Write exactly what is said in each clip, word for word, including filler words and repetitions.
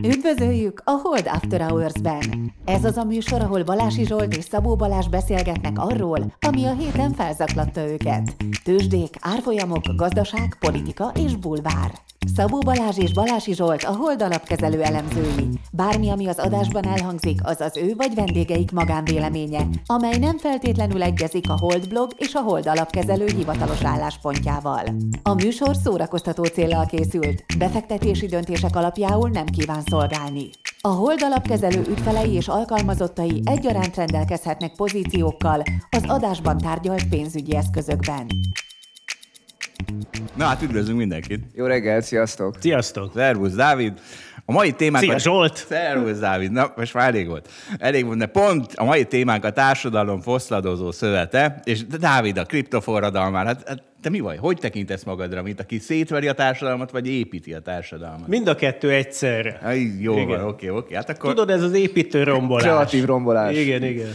Üdvözöljük a Hold After Hours-ben! Ez az a műsor, ahol Balási Zsolt és Szabó Balázs beszélgetnek arról, ami a héten felzaklatta őket. Tőzsdék, árfolyamok, gazdaság, politika és bulvár. Szabó Balázs és Balási Zsolt a Hold alapkezelő elemzői. Bármi, ami az adásban elhangzik, az az ő vagy vendégeik magánvéleménye, amely nem feltétlenül egyezik a Hold blog és a Hold alapkezelő hivatalos álláspontjával. A műsor szórakoztató céllal készült, befektetési döntések alapjául nem kíván szolgálni. A Hold alapkezelő ügyfelei és alkalmazottai egyaránt rendelkezhetnek pozíciókkal az adásban tárgyalt pénzügyi eszközökben. Na hát üdvözlünk mindenkit! Jó reggelt, sziasztok! Sziasztok! Szervusz, Dávid! A mai témánk... Szia, Zsolt! Szervusz, Dávid! Na, most már elég volt. Elég volt, de pont a mai témánk a társadalom foszladozó szövete, és Dávid, a kriptoforradalmár, hát, hát te mi vagy? Hogy tekintesz magadra, mint aki szétveri a társadalmat, vagy építi a társadalmat? Mind a kettő egyszerre. Ay, jó igen. van, oké, oké. Hát akkor... Tudod, ez az építő rombolás. Kreatív rombolás. Igen, igen.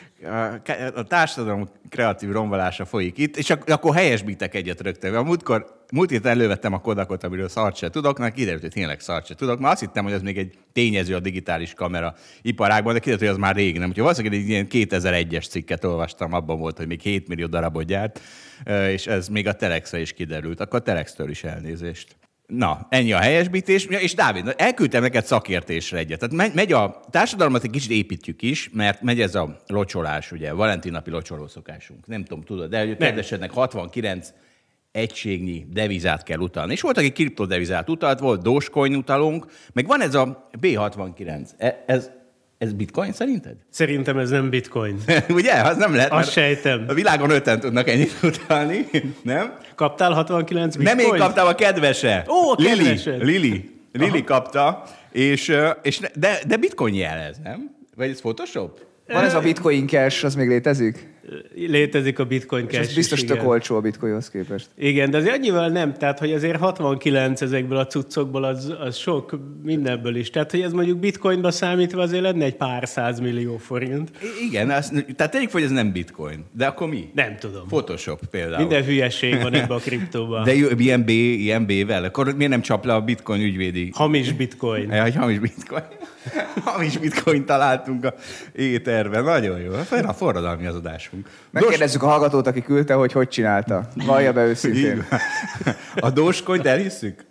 A társadalom kreatív rombolása folyik itt, és akkor helyesbítek egyet rögtön. A múltkor, múlt héten elővettem a Kodakot, amiről szart se tudok, mert kiderült, hogy tényleg szart se tudok. Már azt hittem, hogy az még egy tényező a digitális kamera iparágban, de kiderült, hogy az már rég nem. Úgyhogy valószínűleg egy ilyen kétezer-egyes cikket olvastam, abban volt, hogy még hét millió darabot gyárt, és ez még a Telexre is kiderült. Akkor a Telextől is elnézést. Na, ennyi a helyesbítés. És Dávid, elküldtem neked szakértésre egyet. Tehát megy a társadalmat egy kicsit építjük is, mert megy ez a locsolás, ugye, Valentin napi locsolószokásunk. Nem tudom, tudod, de hogy kedvesednek hatvankilenc egységnyi devizát kell utalni. És volt, aki kriptodevizát utalt, volt Dogecoin utalunk, meg van ez a bé hatvankilenc. Ez, ez bitcoin szerinted? Szerintem ez nem bitcoin. Ugye? Az nem lehet. Azt sejtem. A világon öten tudnak ennyit utalni, nem? Kaptál hatvankilenc bitcoin? Nem én kaptam, a kedvese. Ó, a Lili, kedvesed. Lili. Lili kapta, és, és de, de bitcoin jelez, nem? Vagy ez Photoshop? Van ez a bitcoin cash, az még létezik? Létezik a bitcoin cash. És ez biztos is, tök igen. olcsó a bitcoinhoz képest. Igen, de azért annyival nem, tehát hogy azért hatvankilenc ezekből a cuccokból az, az sok mindenből is. Tehát, hogy ez mondjuk bitcoinba számítva azért lenne egy pár százmillió forint. Igen, az, tehát tegyük, hogy ez nem bitcoin. De akkor mi? Nem tudom. Photoshop például. Minden hülyeség van ebbe a kriptóban. De ilyen B, ilyen B-vel, akkor miért nem csap le a bitcoin ügyvédi? Hamis bitcoin. Ja, hamis bitcoin. Hamis bitcoin találtunk a éterben. Nagyon jó. A forradalmi az adásunk. Megkérdezzük a hallgatót, aki küldte, hogy hogy csinálta. Vallja be őszintén. A Dogecoint elhisszük?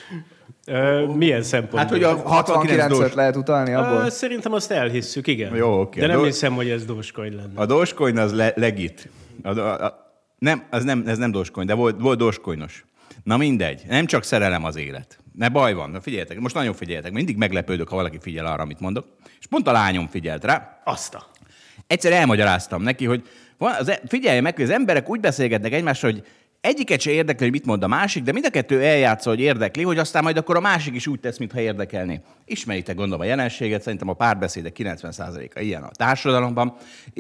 Ö, milyen szempontból? Hát, hogy a hatvankilencet lehet utalni abból? Ö, szerintem azt elhisszük, igen. Jó, oké. De nem Do- hiszem, hogy ez Dogecoin lenne. A Dogecoin az le- legit. A, a, a, nem, az nem, ez nem Dogecoin, de volt, volt Dogecoinos. Na mindegy, nem csak szerelem az élet. Ne baj van, na figyeljetek, most nagyon figyeljetek, mindig meglepődök, ha valaki figyel arra, amit mondok. És pont a lányom figyelt rá. Azt a. Egyszer elmagyaráztam neki, hogy van, az, figyelje meg, hogy az emberek úgy beszélgetnek egymással, hogy egyiket se érdekli, hogy mit mond a másik, de mind a kettő eljátsza, hogy érdekli, hogy aztán majd akkor a másik is úgy tesz, mintha érdekelné. Ismeritek, gondolom, a jelenséget, szerintem a párbeszédek kilencven százaléka ilyen a társadalomban.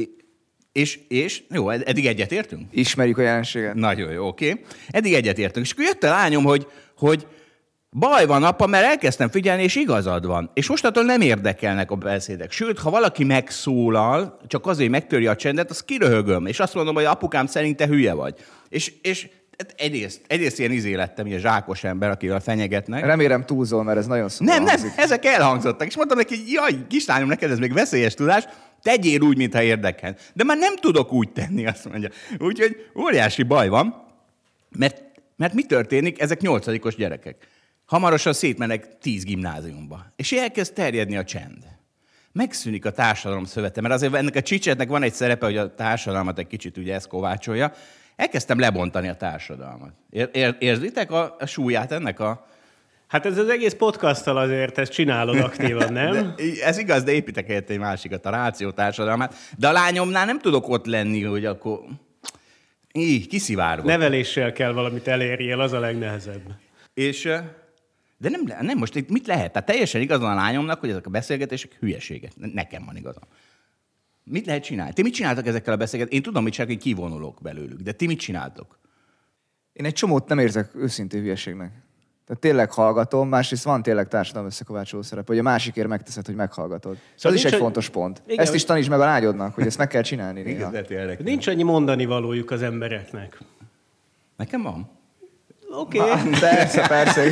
És, és jó, eddig egyetértünk? Ismerjük a jelenséget. Nagyon jó, oké. Eddig egyetértünk. És akkor jött a lányom, hogy, hogy baj van, apa, mert elkezdtem figyelni, és igazad van. És mostantól nem érdekelnek a beszédek. Sőt, ha valaki megszólal, csak azért, hogy megtörje a csendet, az kiröhögöm. És azt mondom, hogy apukám, szerint te hülye vagy. És, és egyrészt, egyrészt ilyen izé lettem, ilyen zsákos ember, akivel fenyegetnek. Remélem túlzol, mert ez nagyon szóval Nem, nem, hangzik. ezek elhangzottak. És mondtam neki, jaj, kislányom, neked ez még veszélyes tudás, tegyél úgy, mintha érdekel. De már nem tudok úgy tenni, azt mondja. Úgyhogy óriási baj van, mert, mert mi történik? Ezek nyolcadikos gyerekek. Hamarosan szétmennek tíz gimnáziumba. És elkezd terjedni a csend. Megszűnik a társadalom szövete, mert azért ennek a csicsetnek van egy szerepe, hogy a társadalmat egy kicsit ugye ezt kovácsolja. Elkezdtem lebontani a társadalmat. Ér, ér, érzitek a, a súlyát ennek a... Hát ez az egész podcasttal azért ezt csinálod aktívan, nem? De, ez igaz, de építek helyett egy másikat, a ráció társadalmát. De a lányomnál nem tudok ott lenni, hogy akkor... Így, kiszivárgok. Neveléssel kell valamit elérjél, az a legnehezebb. És... De nem, nem most itt mit lehet? Tehát teljesen igazán a lányomnak, hogy ezek a beszélgetések hülyeségek. Nekem van igazam. Mit lehet csinálni? Ti mit csináltak ezekkel a beszélgetéseket? Én tudom, mit csinálok, hogy kivonulok belőlük, de ti mit csináltok? Én egy csomót nem érzek őszintén hülyeségnek. Tehát tényleg hallgatom, másrészt van tényleg társadalom összekovácsoló szerep, hogy a másikért megteszed, hogy meghallgatod. Szóval ez is egy hogy... fontos pont. Igen, ezt is tanítsd meg a lányodnak, hogy ezt meg kell csinálni. Igen, nincs annyi mondani valójuk az embereknek. Nekem van? Oké. Okay. Persze, persze.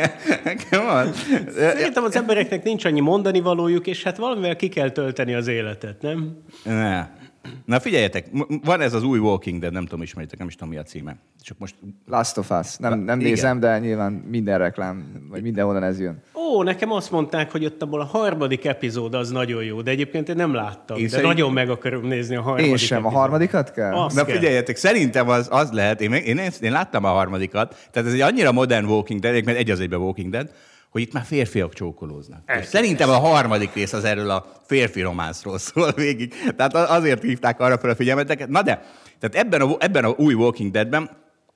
Nekem van. Szerintem az embereknek nincs annyi mondani valójuk, és hát valamivel ki kell tölteni az életet, nem? Ne. Na figyeljetek, van ez az új Walking Dead, nem tudom, ismeritek, nem is tudom, mi a címe. Csak most... Last of Us. Nem, nem igen. nézem, de nyilván minden reklám, vagy mindenhonnan ez jön. Ó, nekem azt mondták, hogy ott abból a harmadik epizód az nagyon jó, de egyébként én nem láttam. Én de szerint... nagyon meg akarom nézni a harmadik Én sem. epizód. A harmadikat kell? Azt Na kell. figyeljetek, szerintem az, az lehet, én, én, én, én láttam a harmadikat, tehát ez egy annyira modern Walking Dead, mert egy az egyben Walking Dead, hogy itt már férfiak csókolóznak. És szerintem a harmadik rész az erről a férfi románszról szól végig. Tehát azért hívták arra fel a figyelmeteket. Na de, tehát ebben a, ebben a új Walking Deadben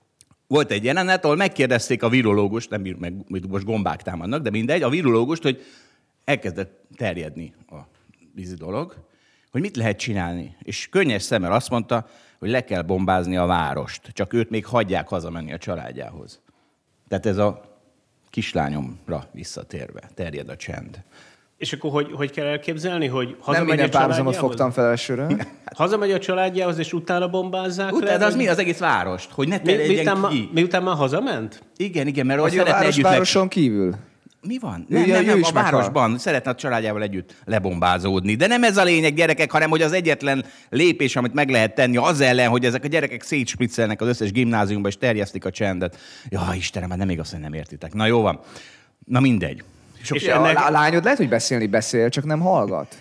volt egy jelenet, ahol megkérdezték a virológust, nem meg most gombák támadnak, de mindegy, a virológust, hogy elkezdett terjedni a vízi dolog, hogy mit lehet csinálni. És könnyes szemmel azt mondta, hogy le kell bombázni a várost, csak őt még hagyják hazamenni a családjához. Tehát ez a kislányomra visszatérve terjed a csend. És akkor hogy, hogy kell elképzelni, hogy Nem hazamegy minden a párhuzamot családjához? fogtam fel elsőre. Hazamegy a családjához, és utána bombázzák Utána le? az mi? Az egész várost, hogy ne Mi, terjedjen miután, ki. ma, miután már hazament? Igen, igen, mert Vagy hogy a szeretne város, együtt... városon kívül. Mi van? Ő- Nem, ő- nem, ő nem, is a meghal. városban szeretne a családjával együtt lebombázódni. De nem ez a lényeg, gyerekek, hanem hogy az egyetlen lépés, amit meg lehet tenni az ellen, hogy ezek a gyerekek szétspriccelnek az összes gimnáziumba, és terjesztik a csendet. Ja, Istenem, hát nem igaz, hogy nem értitek. Na jó van. Na mindegy. Sok És és ennek- a, a lányod lehet, hogy beszélni beszél, csak nem hallgat.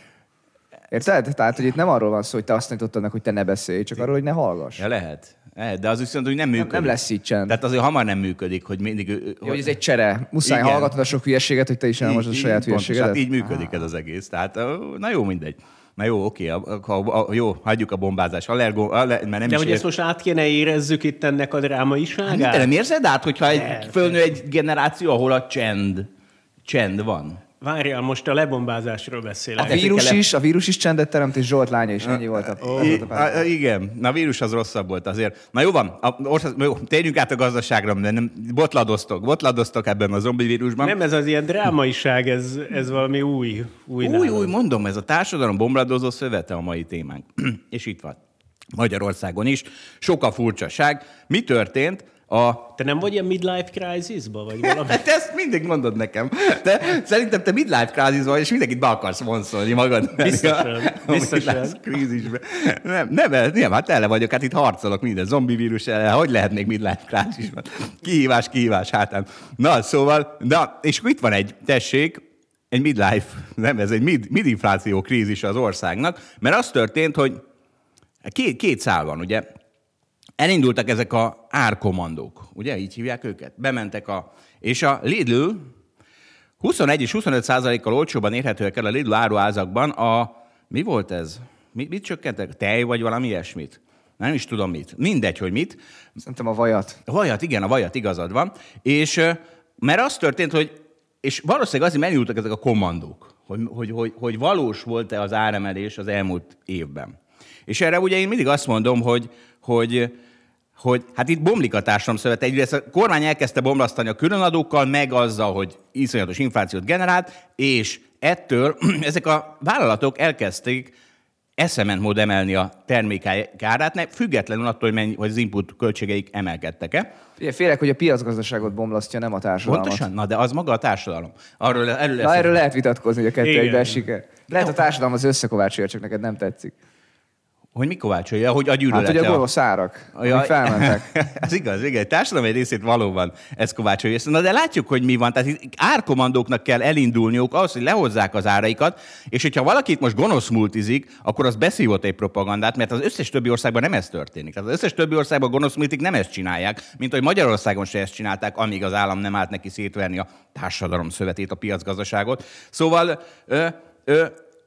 Érted? Tehát, hogy itt nem arról van szó, hogy te azt tanítottad meg, hogy te ne beszélj, csak arról, hogy ne hallgass. Ja, lehet. lehet. De az viszont, hogy nem működik. nem lesz így csend. Tehát azért hamar nem működik, hogy mindig... ő- Jó, hogy ez egy csere. Muszáj Igen. hallgatnod a sok hülyeséget, hogy te is elmondod a Így- saját így pontos. hülyeségedet. Hát így működik ez az egész. Tehát, ö, na jó, mindegy. Na jó, oké, a, a, a, jó, hagyjuk a bombázás. Allergo, aller, mert nem De is hogy ér... ezt most át kéne érezzük itt ennek a drámaiságát? Hát, te nem érzed át, hogyha egy, Nem. fölnő egy generáció, ahol a csend, csend van? Várjál, most a lebombázásról beszélek. A vírus Ezekkel- is, a vírus is csendet teremt, és Zsolt lánya is. Ennyi volt a... I, a, a, igen, na a vírus az rosszabb volt azért. Na jó van, a, ország, jó, térjünk át a gazdaságra, de nem, botladoztok, botladoztok ebben a zombi vírusban. Nem ez az ilyen drámaiság, ez, ez valami új. Új, Új, nálad. új, mondom, ez a társadalom bomladozó szövete a mai témánk. És itt van. Magyarországon is. Sok a furcsaság. Mi történt? A... Te nem vagy ilyen midlife crisis-ba, vagy valami? Hát ezt mindig mondod nekem. De szerintem te midlife crisis vagy, és mindenkit be akarsz vonszolni magad. Biztosan, A biztosan. midlife crisisbe. Nem, nem, nem, hát tele vagyok, hát itt harcolok minden zombi vírus ellen. Hogy lehet még midlife crisisban? Kihívás, kihívás hátán. Na, szóval, na, és itt van egy, tessék, egy midlife, nem, ez egy mid, midinfláció krízis az országnak, mert az történt, hogy két, két szál van, ugye? Elindultak ezek a árkommandók, ugye? Így hívják őket. Bementek a... És a Lidl huszonegy és huszonöt százalékkal olcsóban érhetőek el a Lidl áruházakban a... Mi volt ez? Mit, mit csökkentek? Tej vagy valami ilyesmit? Nem is tudom mit. Mindegy, hogy mit. Szerintem a vajat. A vajat, igen, a vajat, igazad van. És ö, mert az történt, hogy... És valószínűleg azért elindultak ezek a kommandók, hogy, hogy, hogy, hogy valós volt-e az áremelés az elmúlt évben. És erre ugye én mindig azt mondom, hogy, hogy, hogy hát itt bomlik a társadalomszövet. Egyrészt a kormány elkezdte bomlasztani a különadókkal, meg azzal, hogy iszonyatos inflációt generált, és ettől ezek a vállalatok elkezdték eszement mód emelni a termékek árát, függetlenül attól, hogy, mennyi, hogy az input költségeik emelkedtek-e. Ugye félek, hogy a piacgazdaságot bomlasztja, nem a társadalmat. Pontosan? Na, de az maga a társadalom. Arról, erről lesz Na, erről lehet vitatkozni, hogy a kettő Igen. egybe esik-e. Lehet a társadalom az összekovácsolja, csak neked nem tetszik. Hogy mi kovácsolja, hogy a gyűlölete. Hát ugye a gonosz árak, amik felmentek. Ez igaz, igen. A társadalom egy részét valóban ez kovácsolja. Na de látjuk, hogy mi van. Tehát itt árkommandóknak kell elindulniuk ahhoz, hogy lehozzák az áraikat, és hogyha valakit most gonosz multizik, akkor az beszívott egy propagandát, mert az összes többi országban nem ez történik. Tehát az összes többi országban gonosz multik nem ezt csinálják, mint hogy Magyarországon se ezt csinálták, amíg az állam nem állt neki szétverni a társadalom szövetét, a piacgazdaságot. Szóval ö, ö,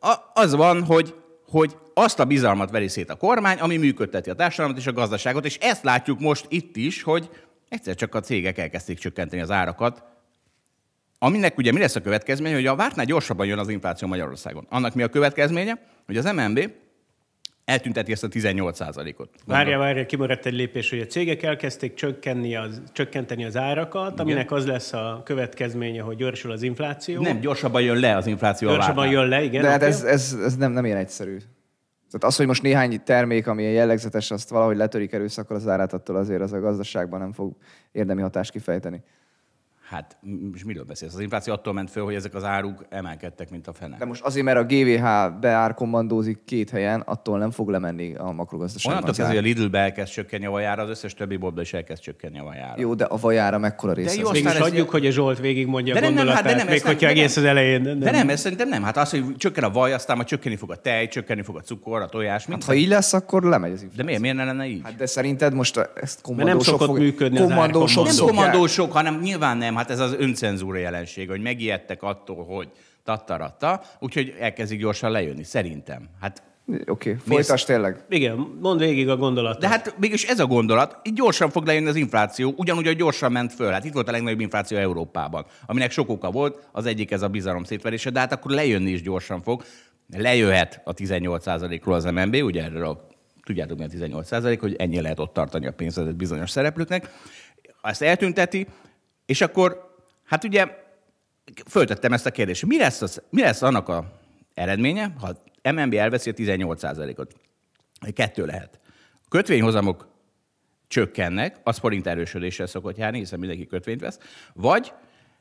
az van, hogy hogy azt a bizalmat veri szét a kormány, ami működteti a társadalmat és a gazdaságot, és ezt látjuk most itt is, hogy egyszer csak a cégek elkezdték csökkenteni az árakat, aminek ugye mi lesz a következménye, hogy a vártnál gyorsabban jön az infláció Magyarországon. Annak mi a következménye, hogy az em en bé eltünteti ezt a tizennyolc százalékot. Várjál, várjál, kimaradt egy lépés, hogy a cégek elkezdték csökkenteni az, csökkenteni az árakat, aminek az lesz a következménye, hogy gyorsul az infláció. Nem, gyorsabban jön le az infláció a Gyorsabban vártnál. jön le, igen. De hát oké. ez, ez, ez nem, nem ilyen egyszerű. Tehát az, hogy most néhány termék, ami jellegzetes, azt valahogy letörik erőszakkal az árát, attól azért az a gazdaságban nem fog érdemi hatást kifejteni. Hát, és miről beszélsz? Az infláció attól ment föl, hogy ezek az áruk emelkedtek, mint a fene. De most azért, mert a gé vé há beárkommandózik két helyen, attól nem fog lemenni a makrogazdaságban. Onnantól kezdve, hogy a Lidl-be elkezd csökkenni a vajára, az összes többi boltba is elkezd csökkenni a vajára. Jó, de a vajára mekkora része? jó, az? Mégis ez- adjuk, hogy a Zsolt végigmondja a De nem, nem, gondolatát, hát de nem, még ezt nem- hogyha de nem. egész az elején. Nem. De nem, ez szerintem nem. Hát az, hogy csökken a vaj, aztán majd csökkenni fog a tej, csökkenni fog a cukor, a tojás, mind. Hát, ha így lesz, akkor lemegy az infláció. De miért, miért ne lenne így? Hát de szerinted most a- ezt nem kommandósok szokott működni az kommandósok Nem árkommandó. szokják- kommandósok, hanem nyilván nem. Hát ez az öncenzúra jelenség, hogy megijedtek attól, hogy tattaratta, úgyhogy elkezdik gyorsan lejönni, szerintem. Hát, Oké, okay, folytasd tényleg. Igen, mondd végig a gondolatot. de hát mégis ez a gondolat, így gyorsan fog lejönni az infláció, ugyanúgy, hogy gyorsan ment föl. Hát itt volt a legnagyobb infláció Európában, aminek sok oka volt, az egyik ez a bizalom szétverése, de hát akkor lejönni is gyorsan fog. Lejöhet a tizennyolc százalékról az em en bé, ugye erről a, tudjátok mi a tizennyolc százalék, hogy ennyi lehet ott tartani a pénzedet bizonyos szereplőknek. Ezt eltünteti, és akkor, hát ugye föltettem ezt a kérdést, mi lesz, az, mi lesz annak a eredménye, ha em en bé elveszi a tizennyolc százalékot? Kettő lehet. A kötvényhozamok csökkennek, az forint erősödéssel szokott járni, hiszen mindenki kötvényt vesz, vagy,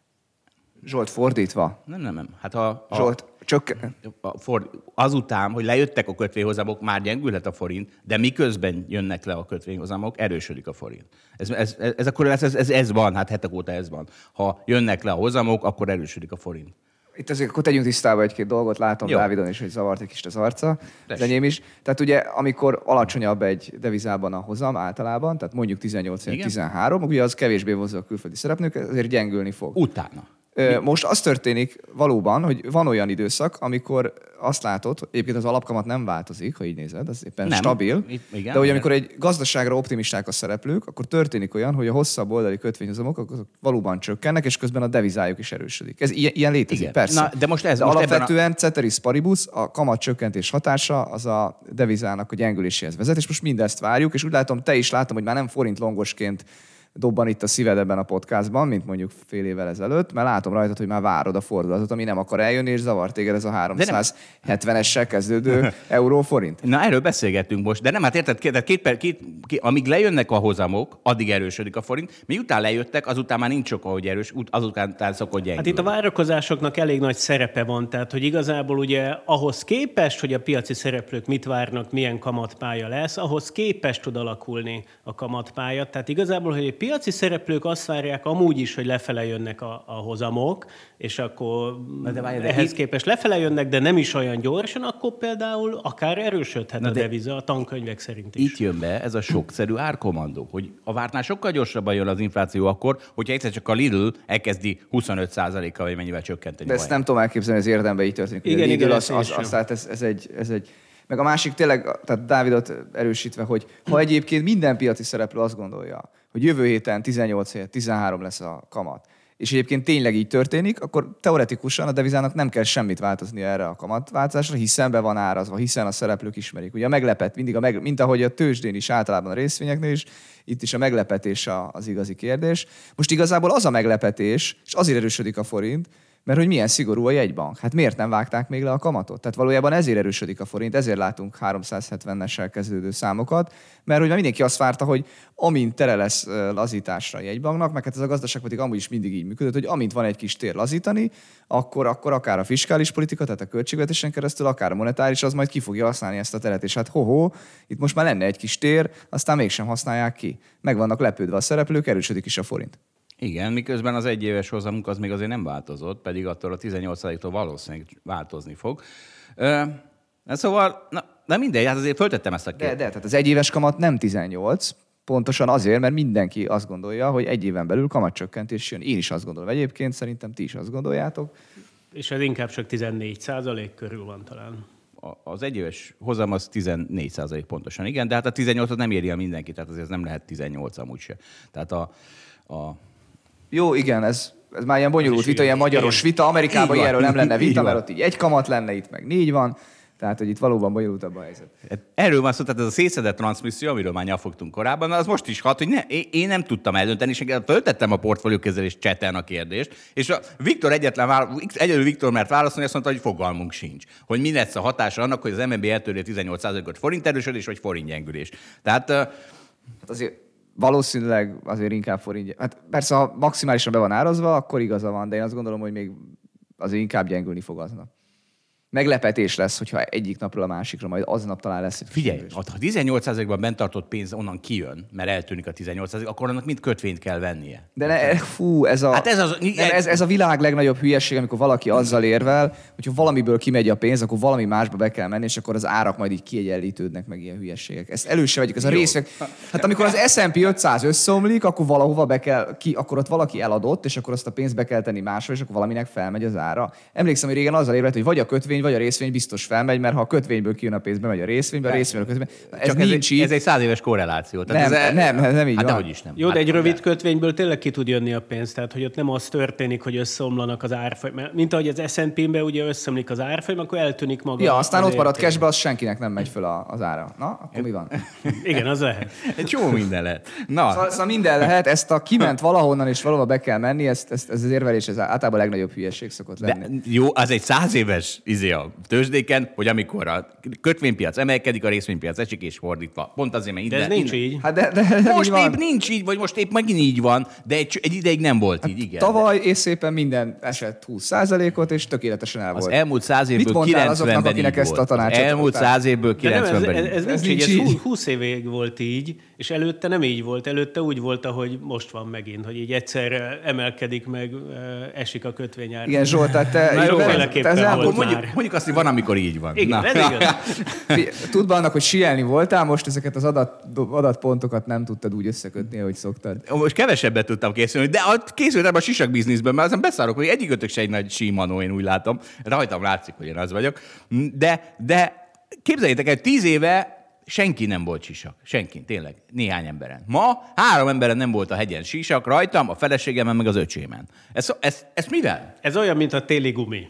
Zsolt, fordítva. nem, nem, nem, hát a, a, Zsolt, csak a for, azután, hogy lejöttek a kötvényhozamok, már gyengülhet a forint, de miközben jönnek le a kötvényhozamok, erősödik a forint. Ez, ez, ez, ez akkor ez, ez, ez van, hát hetek óta ez van. Ha jönnek le a hozamok, akkor erősödik a forint. itt azért akkor tegyünk tisztába egy-két dolgot, látom Jó. Dávidon is, hogy zavart egy kicsit az arca, az Tessék. enyém is. Tehát ugye, amikor alacsonyabb egy devizában a hozam általában, tehát mondjuk tizennyolc tizenhárom, ugye az kevésbé vonzó a külföldi szereplők, ezért gyengülni fog. Utána. Ö, Most az történik valóban, hogy van olyan időszak, amikor azt látod, hogy egyébként az alapkamat nem változik, ha így nézed, az éppen Nem. stabil, Itt- igen, de hogy igen. amikor egy gazdaságra optimisták a szereplők, akkor történik olyan, hogy a hosszabb oldali kötvényhozamok azok valóban csökkennek, és közben a devizájuk is erősödik. Ez ilyen, ilyen létezik, Igen. persze. Na, de most ez- de most ebben alapvetően a... ceteris paribus, a kamatcsökkentés hatása az a devizának a gyengüléséhez vezet, és most mindezt várjuk, és úgy látom, te is látom, hogy már nem forint longosként dobban itt a szíved ebben a podcastban, mint mondjuk fél évvel ezelőtt, mert látom rajtad, hogy már várod a fordulatot, ami nem akar eljönni, és zavar téged ez a háromszázhetvenessel kezdődő euró-forint. Na, erről beszélgettünk most, de nem, hát érted, két, két, per- két, két, amíg lejönnek a hozamok, addig erősödik a forint, miután lejöttek, azután már nincs oka, hogy erős, ut- azután szokott gyengülni. Hát itt a várakozásoknak elég nagy szerepe van, tehát hogy igazából ugye ahhoz képest, hogy a piaci szereplők mit várnak, milyen kamatpálya lesz, ahhoz képest tud alakulni a kamatpálya. Tehát igazából, hogy a piaci szereplők azt várják amúgy is, hogy lefele jönnek a, a hozamok, és akkor Na de várj, de ehhez itt- képest lefele jönnek, de nem is olyan gyorsan, akkor például akár erősödhet Na a de- deviza a tankönyvek szerint is. Itt jön be ez a sokszerű árkommandó, hogy a vártnál sokkal gyorsabban jön az infláció akkor, hogyha egyszer csak a Lidl elkezdi huszonöt százalékkal vagy mennyivel csökkenteni. De a ezt vaját. nem tudom elképzelni, hogy az érdemben így történik. Ugye Igen, Lidl igen, az, ezt én az, sem. az, tehát ez, ez, egy, ez egy... Meg a másik tényleg, tehát Dávidot erősítve, hogy ha egyébként minden piaci szereplő azt gondolja, hogy jövő héten tizennyolc helyett tizenhárom lesz a kamat, és egyébként tényleg így történik, akkor teoretikusan a devizának nem kell semmit változnia erre a kamatváltozásra, hiszen be van árazva, hiszen a szereplők ismerik. Ugye a meglepet, mindig a meg, mint ahogy a tőzsdén is általában a részvényeknél is, itt is a meglepetés a- az igazi kérdés. Most igazából az a meglepetés, és azért erősödik a forint, mert hogy milyen szigorú a jegybank. Hát miért nem vágták még le a kamatot? Tehát valójában ezért erősödik a forint, ezért látunk háromszázhetvenessel kezdődő számokat, mert hogy már mindenki azt várta, hogy amint tere lesz ö, lazításra a jegybanknak, meg hát ez a gazdaság pedig amúgy is mindig így működött, hogy amint van egy kis tér lazítani, akkor, akkor akár a fiskális politika, tehát a költségvetésen keresztül, akár a monetáris, az majd ki fogja használni ezt a teret. És hát ho-ho, itt most már lenne egy kis tér, aztán mégsem használják ki. Meg vannak lepődve a szereplők, erősödik is a forint. Igen, miközben az egyéves hozamunk az még azért nem változott, pedig attól a tizennyolc százaléktól valószínűleg változni fog. Ö, na szóval, na, na mindegy, hát azért föltettem ezt a De, kérdést. de, tehát az egyéves kamat nem tizennyolc, pontosan azért, mert mindenki azt gondolja, hogy egy éven belül kamatcsökkentés jön. Én is azt gondolom egyébként, szerintem ti is azt gondoljátok. És ez inkább csak tizennégy százalék körül van talán. A- Az egyéves hozam az tizennégy százalék pontosan, igen, de hát a tizennyolcot nem éri el mindenki, tehát azért ez nem lehet tizennyolc amúgy se. Tehát a, a Jó, igen, ez, ez már ilyen bonyolult Az is vita, ilyen igaz. magyaros Igen. vita. Amerikában Így van. ilyenről nem lenne Így vita, van. mert ott így egy kamat lenne, itt meg négy van. Tehát, hogy itt valóban bonyolultabb a helyzet. Erről van szó, tehát ez a szétszedett transzmisszió, amiről már nyafogtunk korábban, az most is hat, hogy ne, én nem tudtam eldönteni, és föltettem a portfóliókezelés cseten a kérdést, és a Viktor egyetlen válasz, egyedül Viktor mert válaszolni, azt mondta, hogy fogalmunk sincs. Hogy mi lesz a hatása annak, hogy az em en bé eltörje tizennyolc százalékot forint erősödés, vagy forint gyengülés. Tehát hát azért valószínűleg azért inkább forint. Hát persze, ha maximálisan be van árazva, akkor igaza van, de én azt gondolom, hogy még azért inkább gyengülni fog aznap. Meglepetés lesz, hogyha egyik napról a másikra, majd aznap talán lesz. Figyelj, ha tizennyolc százalékban bent tartott pénz onnan kijön, mert eltűnik a tizennyolc százalék, akkor annak mind kötvényt kell vennie. De ne, fú, ez a, hát ez, az, nem, ez, ez a világ legnagyobb hülyeség, amikor valaki azzal érvel, hogyha valamiből kimegy a pénz, akkor valami másba be kell menni, és akkor az árak majd így kiegyenlítődnek meg ilyen hülyeségek. Ezt előse vagyok, ez a részek. Hát amikor az es and pé ötszáz összeomlik, akkor valahova be kell, ki, akkor ott valaki eladott, és akkor azt a pénzt be kell tenni máshol, és akkor valaminek felmegy az ára. Emlékszem, hogy régen azzal érvelt, hogy vagy a kötvény, vagy a részvény biztos felmegy, mert ha a kötvényből kijön a pénz, bemegy a részvénybe, a részvényből a kötvénybe. Ez csak nincs ez, így. ez egy száz éves korreláció. Tehát nem, ez, nem, nem, nem így hát van. dehogy is nem. Jó, de hát egy rövid de. kötvényből tényleg ki tud jönni a pénz, tehát hogy ott nem az történik, hogy összeomlanak az árfolyam. Mint ahogy az es and pé-ben ugye összeomlik az árfolyam, akkor eltűnik maga. Ja, aztán ott marad érték. cashbe, az senkinek nem megy föl a, az ára. Na, akkor mi van? Igen, az lehet. Egy csomó minden lehet. Na. Szóval, szóval minden lehet, ezt a kiment valahonnan és valahova be kell menni, ezt, ezt, ez az érvelés, ez általában a legnagyobb hülyeség szokott lenni. De jó, az egy száz éves izé a tőzsdéken, hogy amikor a kötvénypiac emelkedik, a részvénypiac esik, és fordítva. Pont azért, mert De innen, ez nincs innen. így. Hát de, de, de Most így van. épp nincs így, vagy most épp megint így van, de egy, egy ideig nem volt így, igen. Tavaly és szépen minden esett húsz százalékot, és tökéletesen el Az volt. elmúlt száz Mit évből mondtál azoknak, kilencvenben akinek így ezt a volt. tanácsot Az elmúlt adtál? száz évből De nem, ez, kilencvenben ez, ez, Ez nincs, nincs így, ez így. húsz évig volt így, és előtte nem így volt. Előtte úgy volt, ahogy most van megint, hogy így egyszerre emelkedik meg, esik a kötvényár. Igen, Zsolt, tehát te, Na jó, te, féleképpen te, te volt. volt. mondjuk, már. mondjuk azt, hogy van, amikor így van. Igen, Na. ez igaz. Tudva annak, hogy sielni voltál, most ezeket az adat, adatpontokat nem tudtad úgy összekötni, ahogy szoktad. Most kevesebbet tudtam készülni, de készültem a sisak bizniszben, mert azon beszárok, hogy egyikőtök se egy nagy símanó, én úgy látom. Rajtam látszik, hogy én az vagyok. De, de képzeljétek el, tíz éve senki nem volt sisak. Senki, tényleg. Néhány emberen. Ma három emberen nem volt a hegyen sisak, rajtam, a feleségemen, meg az öcsémen. Ez, ez, ez mivel? Ez olyan, mint a téli gumi.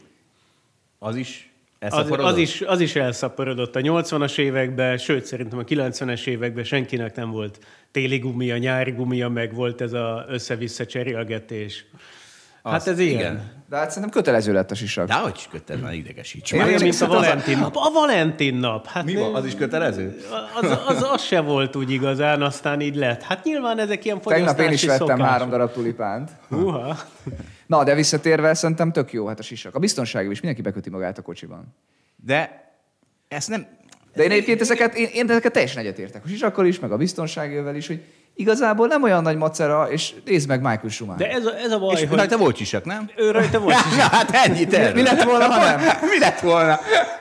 Az is Az, az, is, az is elszaporodott a nyolcvanas években, sőt, szerintem a kilencvenes években senkinek nem volt téli gumia, nyári gumia, meg volt ez az össze-vissza cserélgetés. Hát Az, ez ilyen. igen. De hát szerintem kötelező lett a sisak. De hogy kötelező, már idegesíts. Én- már. Olyan, mint a Szerintem az a- Valentin nap. A Valentin nap. Hát Mi van? Az is kötelező? Az, az, az se volt úgy igazán, aztán így lett. Hát nyilván ezek ilyen fogyasztási Tegnap én is vettem szokások. három darab tulipánt. Húha. Na, de visszatérve szerintem tök jó hát a sisak. A biztonsági is mindenki beköti magát a kocsiban. De ezt nem... De én egyébként ezeket, én, én ezeket teljesen egyetértek. A sisakkal is, meg a biztonságővel is, hogy igazából nem olyan nagy macera, és nézd meg Michael Schumacher. De ez a, ez a baj, És hogy rajta volt sisak, nem? ő rajta volt is. Ja, hát ennyit erről. Mi lett volna, ha nem? Mi lett volna?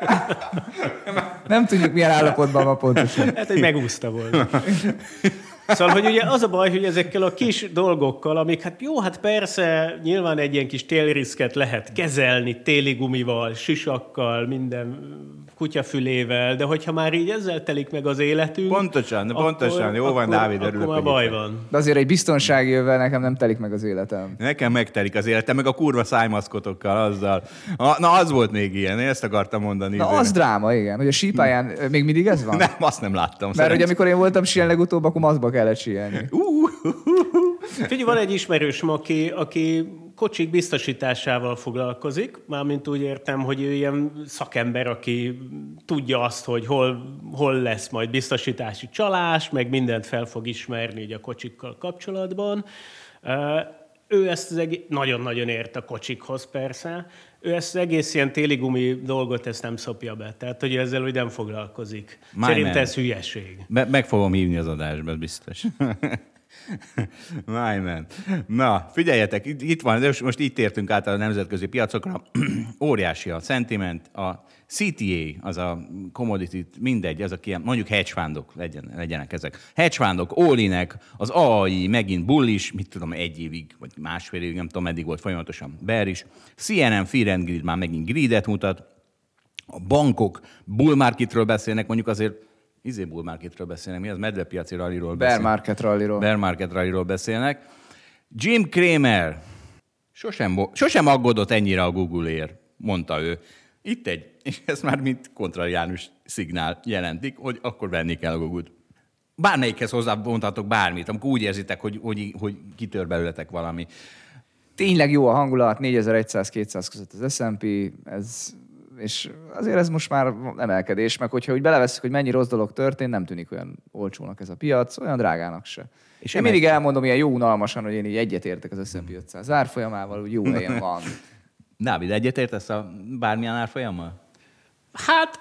Nem tudjuk, milyen állapotban van pontosan. Hát, hogy megúszta volna. Szóval, hogy ugye az a baj, hogy ezekkel a kis dolgokkal, amik hát jó, hát persze nyilván egy ilyen kis télriszket lehet kezelni téli gumival, sisakkal, minden kutyafülével, de hogyha már így ezzel telik meg az életünk... Pontosan, akkor, pontosan. Jó van, Dávid, örülök, Akkor már hogy baj itt van. De azért egy biztonsági övvel nekem nem telik meg az életem. Nekem megtelik az életem, meg a kurva szájmaszkotokkal, azzal. A, na, az volt még ilyen, én ezt akartam mondani. Na, az dráma, igen. Hogy a sípályán még mindig ez van? Nem, azt nem láttam. Mert hogy amikor én voltam síelni legutóbb, akkor maszkba kellett síelni. Figyelj, van egy ismerősöm, aki, aki kocsik biztosításával foglalkozik, mármint úgy értem, hogy ő ilyen szakember, aki tudja azt, hogy hol, hol lesz majd biztosítási csalás, meg mindent fel fog ismerni így a kocsikkal kapcsolatban. Ő ezt az egész, nagyon-nagyon ért a kocsikhoz persze, ő ezt az egész ilyen téligumi dolgot ezt nem szopja be, tehát hogy ezzel úgy nem foglalkozik. My Szerintem man. ez hülyeség. Be, meg fogom hívni az adásba, ez biztos. My man. Na, figyeljetek, itt, itt van, most, most itt értünk át a nemzetközi piacokra. Óriási a sentiment, a cé té á, az a commodity, mindegy, azok ilyen, mondjuk hedge fundok, legyen, legyenek ezek. Hedge fundok, all-inek, az á i megint bullish, mit tudom, egy évig, vagy másfél évig, nem tudom, meddig volt folyamatosan bearish. cé en en Fear and Greed már megint greedet mutat. A bankok bull marketről beszélnek, mondjuk azért izé bull marketről beszélnek, mi az? Medvepiaci rallyról Bear beszélnek. market rallyról. Bear market rallyról beszélnek. Jim Cramer sosem, sosem aggódott ennyire a Google-ért, mondta ő. Itt egy, és ez már mint kontrariánus szignál jelentik, hogy akkor venni kell a Google-t. Bármelyikhez hozzábontatok bármit, amikor úgy érzitek, hogy, hogy, hogy kitör belőletek valami. Tényleg jó a hangulat, négyezer-száz-kétszáz között az es and pé, ez, és azért ez most már emelkedés, meg hogyha úgy belevesszük, hogy mennyi rossz dolog történt, nem tűnik olyan olcsónak ez a piac, olyan drágának se. És én mindig elmondom ilyen jó unalmasan, hogy én így egyetértek az es and pé ötszáz árfolyamával, úgy jó helyen van. Dávid, egyetértesz a bármilyen árfolyammal? Hát...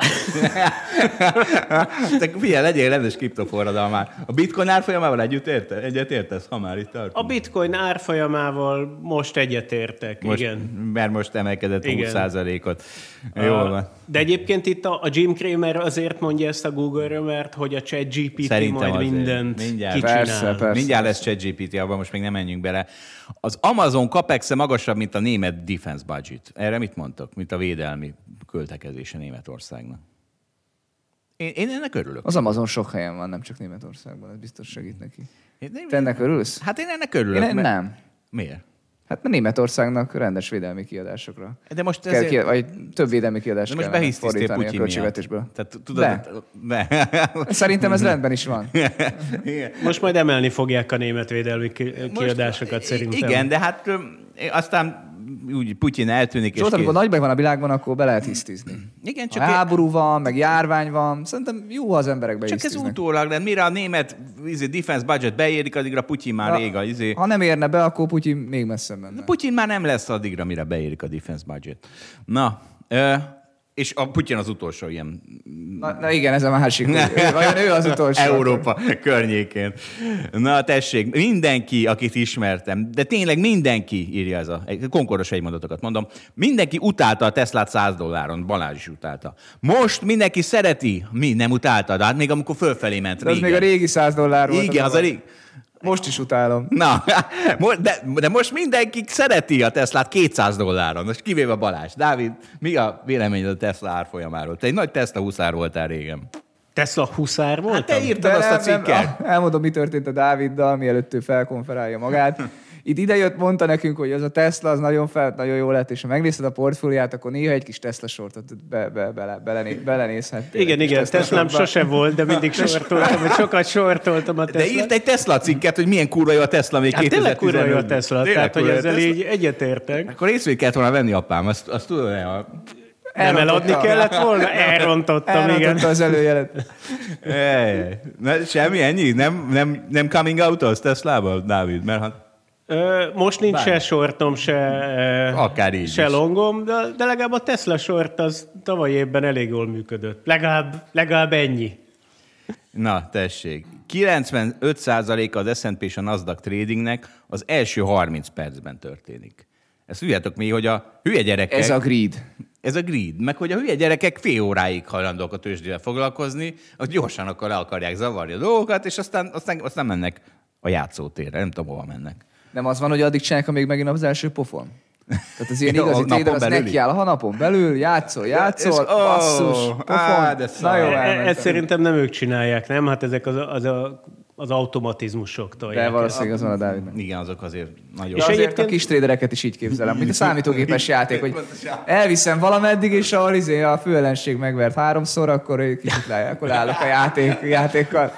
Te figyelj, legyél rendes kriptoforradalmár. A bitcoin árfolyamával együtt érte? Egyet értesz, ha már itt tartunk? A bitcoin árfolyamával most egyetértek, most, igen. Mert most emelkedett igen. húsz százalékot. Jól van. De egyébként itt a, a Jim Cramer azért mondja ezt a Google-ről, mert hogy a ChatGPT Szerintem majd azért. mindent Mindjárt. kicsinál. Persze, persze. Mindjárt lesz ChatGPT, abban most még nem menjünk bele. Az Amazon capex-e magasabb, mint a német defense budget. Erre mit mondtok? Mint a védelmi költekezése Németországnak. Én, én ennek örülök. Az Amazon sok helyen van, nem csak Németországban, ez biztos segít neki. Én, én, Te ennek örülsz? Hát én ennek örülök. Én mert... nem. Miért? Hát mert Németországnak rendes védelmi kiadásokra. De most kell ezért... ki, vagy több védelmi kiadást de most kell behisztisztél fordítani a Putyin költségvetésből. Tehát, tudod, De. De. Szerintem ez rendben is van. Most majd emelni fogják a német védelmi kiadásokat most, szerintem. Igen, de hát aztán úgy Putyin eltűnik. És ott, amikor nagy baj van a világban, akkor be lehet hisztizni. Igen, csak ha háború van, meg járvány van, szerintem jó, ha az emberek behisztiznek. Csak ez utólag, de mire a német izé, defense budget beérik, addigra Putyin már rég a izé... Ha nem érne be, akkor Putyin még messzebb menne. Putyin már nem lesz addigra, mire beérik a defense budget. Na, ö, és a Putyin az utolsó ilyen... Na, na igen, ez a másik. Vajon ő az utolsó? Európa környékén. Na tessék, mindenki, akit ismertem, de tényleg mindenki írja ez a... Konkordos egymondatokat mondom. Mindenki utálta a Teslát száz dolláron. Balázs is utálta. Most mindenki szereti. Mi nem utálta? De hát még amikor fölfelé ment régen. Az még a régi száz dollár volt. Igen, az a régi. Most is utálom. Na, de, de most mindenki szereti a Teslát kétszáz dolláron. Most kivéve Balázs. Dávid, mi a véleményed a Tesla árfolyamáról? Te egy nagy Tesla huszár voltál régen. Tesla huszár voltam? Hát te írtad azt a cikket. Elmondom, mi történt a Dáviddal, mielőtt ő felkonferálja magát. Itt idejött, mondta nekünk, hogy az a Tesla az nagyon fel, nagyon jó lett, és ha megnézed a portfóliát, akkor néha egy kis Tesla sortot be, be, be, belené, belenézhettél. Igen, igen, Teslám sose volt, de mindig sortoltam, hogy sokat sortoltam a Tesla. De írt egy Tesla cikket, hogy milyen kurva jó a Tesla még hát kétezer-tizenötben. Tényleg kurva jó a Tesla, tehát hogy ezzel Tesla. Így egyetértek. Akkor részvényt kellett volna venni apám, azt, azt tudod, hogy a... Nem eladni kellett volna? Elrontottam, Elrontotta igen. az előjelet. Ne, semmi, ennyi? Nem, nem, nem coming out az Teslával, Dávid? Mert hát... Ö, most nincs Bármi. se sortom, se, Akár így se is. longom, de, de legalább a Tesla sort az tavaly évben elég jól működött. Legalább, legalább ennyi. Na, tessék. kilencvenöt százaléka az es and pé és a Nasdaq tradingnek az első harminc percben történik. Ezt tudjátok mi, hogy a hülye gyerekek... Ez a greed. Ez a greed. Meg hogy a hülye gyerekek fél óráig hajlandók a tőzsdével foglalkozni, hogy gyorsan akkor le akarják zavarni a dolgokat, és aztán, aztán, aztán mennek a játszótérre. Nem tudom, hova mennek. Nem az van, hogy addig csinálják, amíg megint az első pofon? Tehát az ilyen igazi trader, az nekiáll, ha napon belül, játszol, játszol, ja, basszus, oh, pofon. Á, de na jó, ezt szerintem nem ők csinálják, nem? Hát ezek az, az, a, az automatizmusok tolják. De valószínűleg az van a Dávidnak. Igen, azok azért nagyon... És azért egyébként... a kis tradereket is így képzelem, mint a számítógépes játék, hogy elviszem valameddig, és ahol izé a főellenség megvert háromszor, akkor kicsit le, akkor állok a játék, játékkal.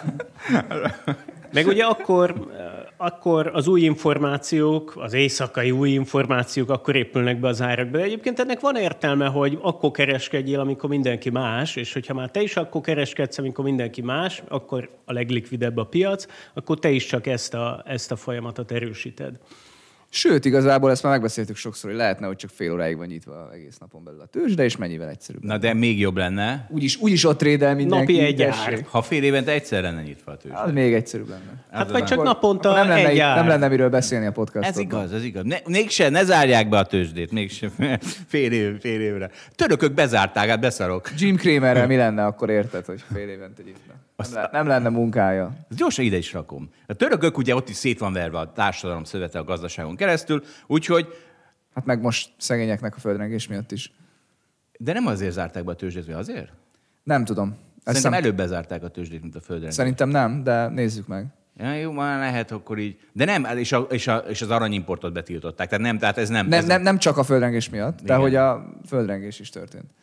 Meg ugye akkor, akkor az új információk, az éjszakai új információk akkor épülnek be az árakba. De egyébként ennek van értelme, hogy akkor kereskedjél, amikor mindenki más, és hogyha már te is akkor kereskedsz, amikor mindenki más, akkor a leglikvidebb a piac, akkor te is csak ezt a, ezt a folyamatot erősíted. Sőt, igazából ezt már megbeszéltük sokszor, hogy lehetne, hogy csak fél óráig van nyitva egész napon belül a tőzsde, és mennyivel egyszerűbb. Na de még jobb lenne. Úgyis, úgyis ott trédel mindenki. Napi egy ár. Ha fél évente egyszer lenne nyitva a tőzsde. Az még egyszerűbb lenne. Hát az vagy csak akkor, naponta akkor nem lenne, egy ár. Nem lenne miről beszélni a podcastban. Ez igaz, ez igaz. Ne, mégse, ne zárják be a tőzsdét, mégse fél, év, fél évre. Törökök bezárták, hát beszarok. Jim Cramerrel mi lenne, akkor érted, hogy fél évente nyitva? Nem, le, nem lenne munkája. Gyorsan ide is rakom. A törökök ugye ott is szét van verve a társadalom szövete a gazdaságon keresztül, úgyhogy... Hát meg most szegényeknek a földrengés miatt is. De nem azért zárták be a tőzsdét, azért? Nem tudom. Szerintem előbb bezárták a tőzsdét, mint a földrengés. Szerintem nem, de nézzük meg. Ja, jó, már lehet akkor így. De nem, és, a, és, a, és az aranyimportot betiltották. Tehát nem, tehát ez nem... Nem, ez nem, nem csak a földrengés miatt, de igen. hogy a földrengés is történt.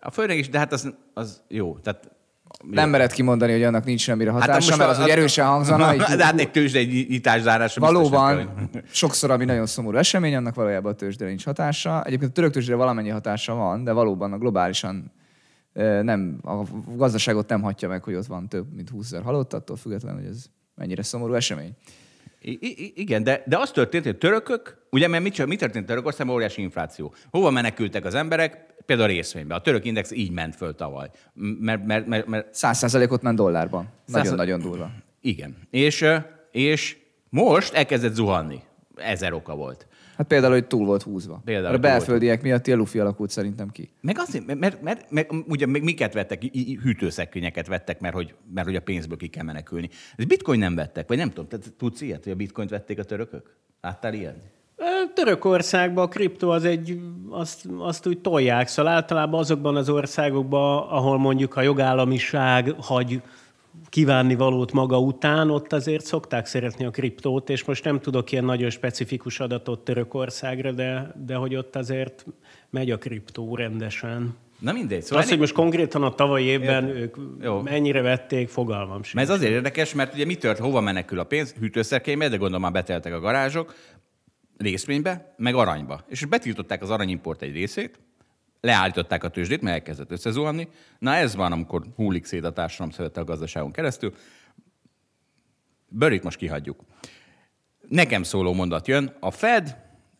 A földreng is, de hát az, az jó. Tehát nem mered kimondani, hogy annak nincs semmire hatása, hát mert az, hogy erősen hangzana. Így, de hát egy tőzsdei nyitászárásra valóban, biztos, hogy... sokszor, ami nagyon szomorú esemény, annak valójában a tőzsdére nincs hatása. Egyébként a török tőzsdére valamennyi hatása van, de valóban a globálisan nem, a gazdaságot nem hatja meg, hogy ott van több mint húszezer halott, attól függetlenül, hogy ez mennyire szomorú esemény. I- I- igen, de, de az történt, hogy törökök, ugye, mert mit, mit történt Törökországban? Óriási infláció. Hova menekültek az emberek? Például a részvénybe. A török index így ment föl tavaly. Mert, mert, mert, mert... Száz százalékot ment dollárban. Nagyon-nagyon durva. Igen. És, és most elkezdett zuhanni. Ezer oka volt. Hát például, hogy túl volt húzva. Például a belföldiek miatt a lufi alakult szerintem ki. Meg azért, mert, mert, mert, mert ugye miket vettek? Hűtőszekrényeket vettek, mert hogy, mert hogy a pénzből ki kell menekülni. Ez bitcoin nem vettek, vagy nem tudom, te tudsz ilyet, hogy a bitcoint vették a törökök? Láttál ilyen? Törökországban a kriptó az egy, azt, azt úgy tolják, szóval általában azokban az országokban, ahol mondjuk a jogállamiság hagy kívánni valót maga után, ott azért szokták szeretni a kriptót, és most nem tudok ilyen nagyon specifikus adatot Törökországra, de, de hogy ott azért megy a kriptó rendesen. Na mindegy. Szóval azt, hogy most konkrétan a tavalyi évben Érde. ők Jó. mennyire vették, fogalmam sem. Mert ez azért érdekes, mert ugye mi tört, hova menekül a pénz? Hűtőszerkénybe, de gondolom már beteltek a garázsok, részvénybe, meg aranyba. És betiltották az aranyimport egy részét, leállították a tőzsdét, mert elkezdett összezuhanni. Na ez van, amikor hullik szét a társadalom szövete a gazdaságon keresztül. Bőrit most kihagyjuk. Nekem szóló mondat jön. A Fed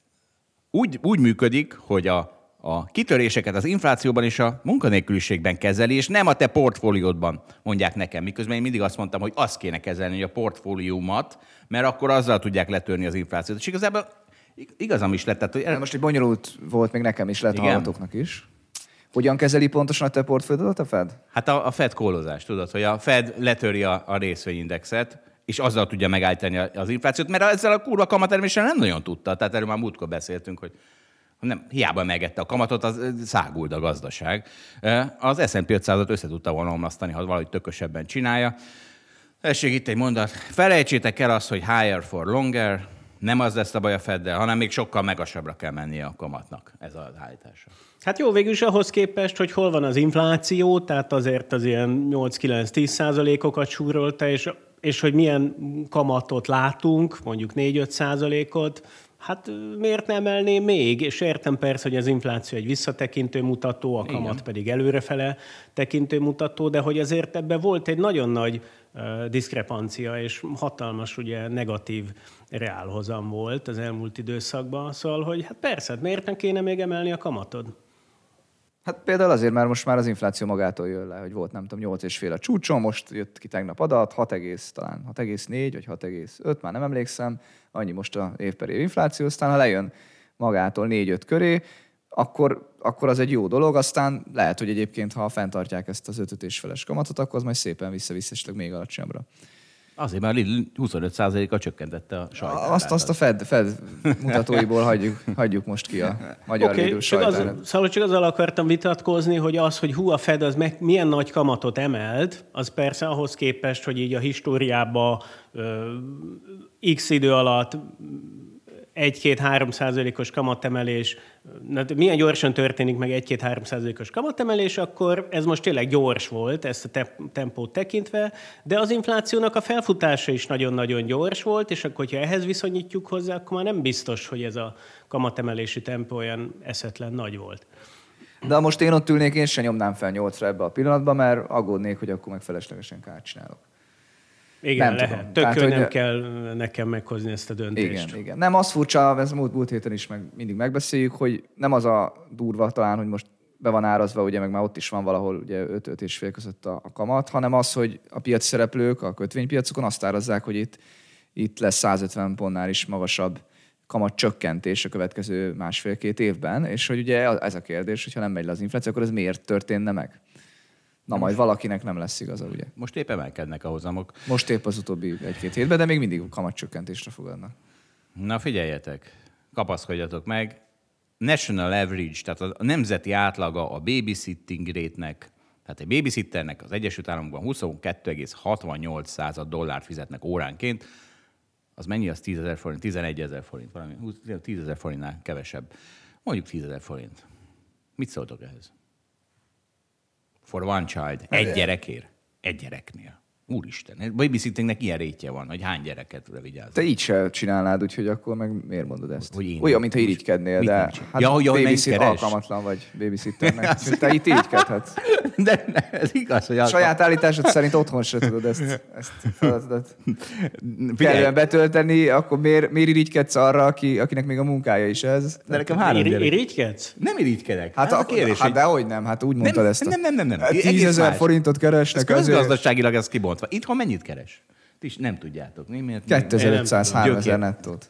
úgy, úgy működik, hogy a, a kitöréseket az inflációban és a munkanélküliségben kezeli, és nem a te portfóliódban, mondják nekem. Miközben én mindig azt mondtam, hogy azt kéne kezelni, hogy a portfóliómat, mert akkor azzal tudják letörni az inflációt. És igazából igazam is lett. Tehát, hogy... Most egy bonyolult volt még nekem is, lehet Igen. hallgatóknak is. Hogyan kezeli pontosan a te portfóliódat a Fed? Hát a, a Fed kólozás, tudod, hogy a Fed letöri a, a részvényindexet, és azzal tudja megállítani az inflációt, mert ezzel a kurva kamaterméssel nem nagyon tudta. Tehát erről már múltkor beszéltünk, hogy nem, hiába megette a kamatot, az száguld a gazdaság. Az es and pé ötszázat össze tudta volna omlasztani, ha valahogy tökösebben csinálja. Tessék, itt egy mondat. Felejtsétek el azt, hogy higher for longer, nem az lesz a baj a Feddel, hanem még sokkal magasabbra kell mennie a kamatnak. Ez az állítása. Hát jó, végül is ahhoz képest, hogy hol van az infláció, tehát azért az ilyen nyolc-kilenc-tíz százalékokat súrolta, és, és hogy milyen kamatot látunk, mondjuk négy-öt százalékot, hát miért nem emelné még? És értem persze, hogy az infláció egy visszatekintő mutató, a kamat Igen. pedig előrefele tekintő mutató, de hogy azért ebben volt egy nagyon nagy uh, diszkrepancia, és hatalmas ugye negatív reálhozam volt az elmúlt időszakban. Szóval, hogy hát persze, miért nem kéne még emelni a kamatod? Hát például azért, mert most már az infláció magától jön le, hogy volt nem tudom nyolc és fél a csúcson, most jött ki tegnap adat, hat, talán hat egész négy vagy hat egész öt, már nem emlékszem, annyi most a év per év infláció, aztán ha lejön magától négy-öt köré, akkor, akkor az egy jó dolog, aztán lehet, hogy egyébként, ha fenntartják ezt az öt és feles kamatot, akkor az majd szépen vissza-vissza esetleg még alacsonyabbra. Azért már huszonöt százalékkal csökkentette a sajtát. Azt, azt a Fed, Fed mutatóiból hagyjuk, hagyjuk most ki a magyar okay, Lidl sajtára. Szóval csak azzal akartam vitatkozni, hogy az, hogy hú, a Fed az meg milyen nagy kamatot emelt, az persze ahhoz képest, hogy így a históriában x idő alatt egy-két-három százalékos kamatemelés, milyen gyorsan történik meg egy-két-három százalékos kamatemelés, akkor ez most tényleg gyors volt, ezt a te- tempót tekintve, de az inflációnak a felfutása is nagyon-nagyon gyors volt, és akkor, hogyha ehhez viszonyítjuk hozzá, akkor már nem biztos, hogy ez a kamatemelési tempó olyan eszetlen nagy volt. De ha most én ott ülnék, én sem nyomnám fel nyolcra ebbe a pillanatban, mert aggódnék, hogy akkor meg feleslegesen kárt csinálok. Igen, nem lehet. tudom. Tök Tehát, hogy hogy nem kell nekem meghozni ezt a döntést. Igen, igen. Nem, az furcsa, ez múlt, múlt héten is meg mindig megbeszéljük, hogy nem az a durva talán, hogy most be van árazva, ugye meg már ott is van valahol ugye öt-öt és fél között a, a kamat, hanem az, hogy a piaci szereplők a kötvénypiacokon azt árazzák, hogy itt, itt lesz százötven pontnál is magasabb kamat csökkentés a következő másfél-két évben, és hogy ugye ez a kérdés, hogyha nem megy le az infláció, akkor ez miért történne meg? Na majd valakinek nem lesz igaza, ugye? Most épp emelkednek a hozamok. Most épp az utóbbi egy-két hétben, de még mindig kamatcsökkentésre fogadnak. Na figyeljetek, kapaszkodjatok meg. National average, tehát a nemzeti átlaga a babysitting rate-nek, tehát egy babysitternek az Egyesült Államokban huszonkettő egész hatvannyolc század dollárt fizetnek óránként. Az mennyi? Az tízezer forint, tizenegyezer forint, valami tízezer forintnál kevesebb. Mondjuk tízezer forint. Mit szóltok ehhez? For one child. Egy gyerekért. Egy gyereknél. Úristen. A babysittingnek ilyen rétje van, hogy hány gyereket vigyázz. Te így se csinálnád, úgyhogy akkor meg miért mondod ezt? Hogy én olyan, mintha irigykednél, de hát ja, hogy babysit alkalmatlan vagy babysitternek. Te itt irigykedhetsz. De ne, ez igaz, hogy... Saját állításod szerint otthon se tudod ezt, ezt feladatot kellően betölteni, akkor miért, miért irigykedsz arra, aki, akinek még a munkája is ez? De nekem három gyerek. Irigykedsz? Nem irigykedek. Hát, hát a kérdés, hát dehogy nem, hát úgy mondtad ezt. Nem, nem, nem, nem. tízezer forintot keresnek. Ez közgazdaságilag ez kibontva. Itthon mennyit keres? Ti is nem tudjátok. kétezer-ötszáz-háromezer nettót.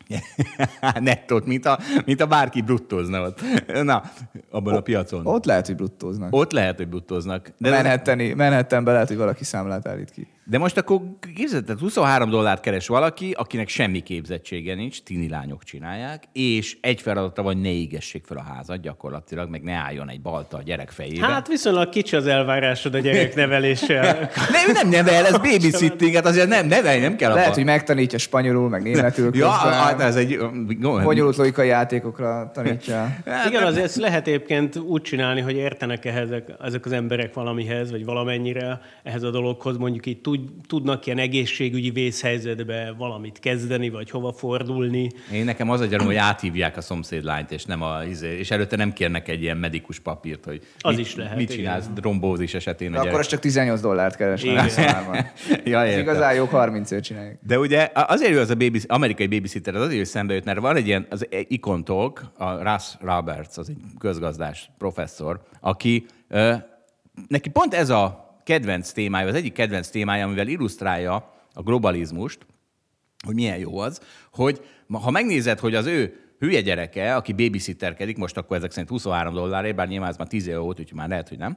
Nettót, mint a, mint a bárki bruttózna ott. Na, abban a piacon. Ott lehet, hogy bruttóznak. Ott lehet, hogy bruttóznak. De Manhattani, Manhattanben lehet, hogy valaki számlát állít ki. De most akkor képzeld, huszonhárom dollárt keres valaki, akinek semmi képzettsége nincs, tini lányok csinálják, és egy feladata van, ne égessék fel a házat gyakorlatilag, meg ne álljon egy balta a gyerek fejébe. Hát viszonylag kicsi az elvárásod a gyerekneveléssel. Nem, nem nevel, ez babysittinget, azért nem nevelj, nem kell. Lehet, hogy megtanítja spanyolul, meg németül ja, hát ez egy... bonyolult logikai játékokra tanítja. Igen, azért ezt lehet egyébként úgy csinálni, hogy értenek ehhez ezek az emberek valamihez, vagy valamennyire ehhez a dologhoz, mondjuk így tud, tudnak ilyen egészségügyi vészhelyzetbe valamit kezdeni, vagy hova fordulni. Én nekem az a gyanúm, hogy áthívják a szomszédlányt, és, nem a, és előtte nem kérnek egy ilyen medikus papírt, hogy az mit, is lehet, mit csinálsz igen. Trombózis esetén. De akkor az csak tizennyolc dollárt keresnek. Ja, igazán jó harmincért csinálják. De ugye azért jó az a baby, amerikai babysitter, az azért, hogy szembe jött, mert van egy ilyen, az Icon Talk, a Russ Roberts, az egy közgazdás professzor, aki, ö, neki pont ez a kedvenc témája, az egyik kedvenc témája, amivel illusztrálja a globalizmust, hogy milyen jó az, hogy ha megnézed, hogy az ő hülye gyereke, aki babysitterkedik, most akkor ezek szerint huszonhárom dollárért, bár nyilván ez már tíz éve volt, úgyhogy már lehet, hogy nem,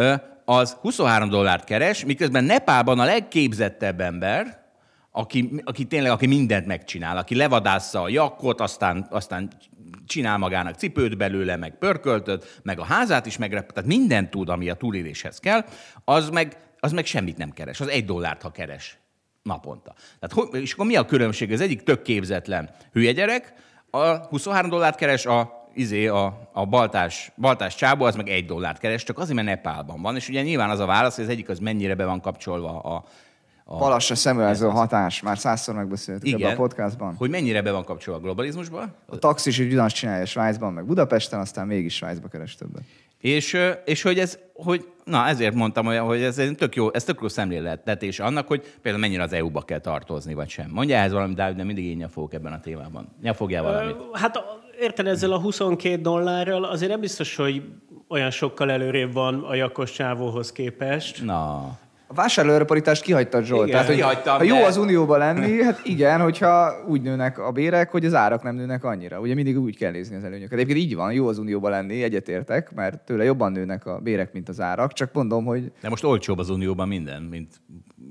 az huszonhárom dollárt keres, miközben Nepálban a legképzettebb ember, aki, aki tényleg aki mindent megcsinál, aki levadásza a jakkot, aztán, aztán csinál magának cipőt belőle, meg pörköltöt, meg a házát is megrep, tehát mindent tud, ami a túléléshez kell, az meg, az meg semmit nem keres, az egy dollárt, ha keres naponta. Tehát, és akkor mi a különbség? Az egyik tök képzetlen hülye gyerek, a huszonhárom dollárt keres, a, izé, a, a baltás, baltás csábó, az meg egy dollárt keres, csak azért, mert Nepálban van. És ugye nyilván az a válasz, hogy az egyik az mennyire be van kapcsolva a A... Balassa szemüvegző hatás, már százszor megbeszéltük ebben a podcastban. Hogy mennyire be van kapcsolva a globalizmusba. A taxis is ugyanazt csinálja Svájcban, meg Budapesten, aztán mégis Svájcba keres többet. És, és hogy ez, hogy, na ezért mondtam, hogy ez tök jó, ez tök jó szemléletetés annak, hogy például mennyire az é u-ba kell tartozni, vagy sem. Mondja ehhez valamit, Dávid, de mindig én nyafogok ebben a témában. Nyafogjál valamit. Hát érted, ezzel a huszonkét dollárral azért nem biztos, hogy olyan sokkal előrébb van a jakos csávóhoz képest. Na... A vásárlóerőparítást kihagytad, Zsolt. Igen, Tehát, hogy ha jó de... az unióban lenni, hát igen, hogyha úgy nőnek a bérek, hogy az árak nem nőnek annyira. Ugye mindig úgy kell nézni az előnyöket. Egyébként így van, jó az unióban lenni, egyetértek, mert tőle jobban nőnek a bérek, mint az árak. Csak mondom, hogy... De most olcsóbb az unióban minden, mint...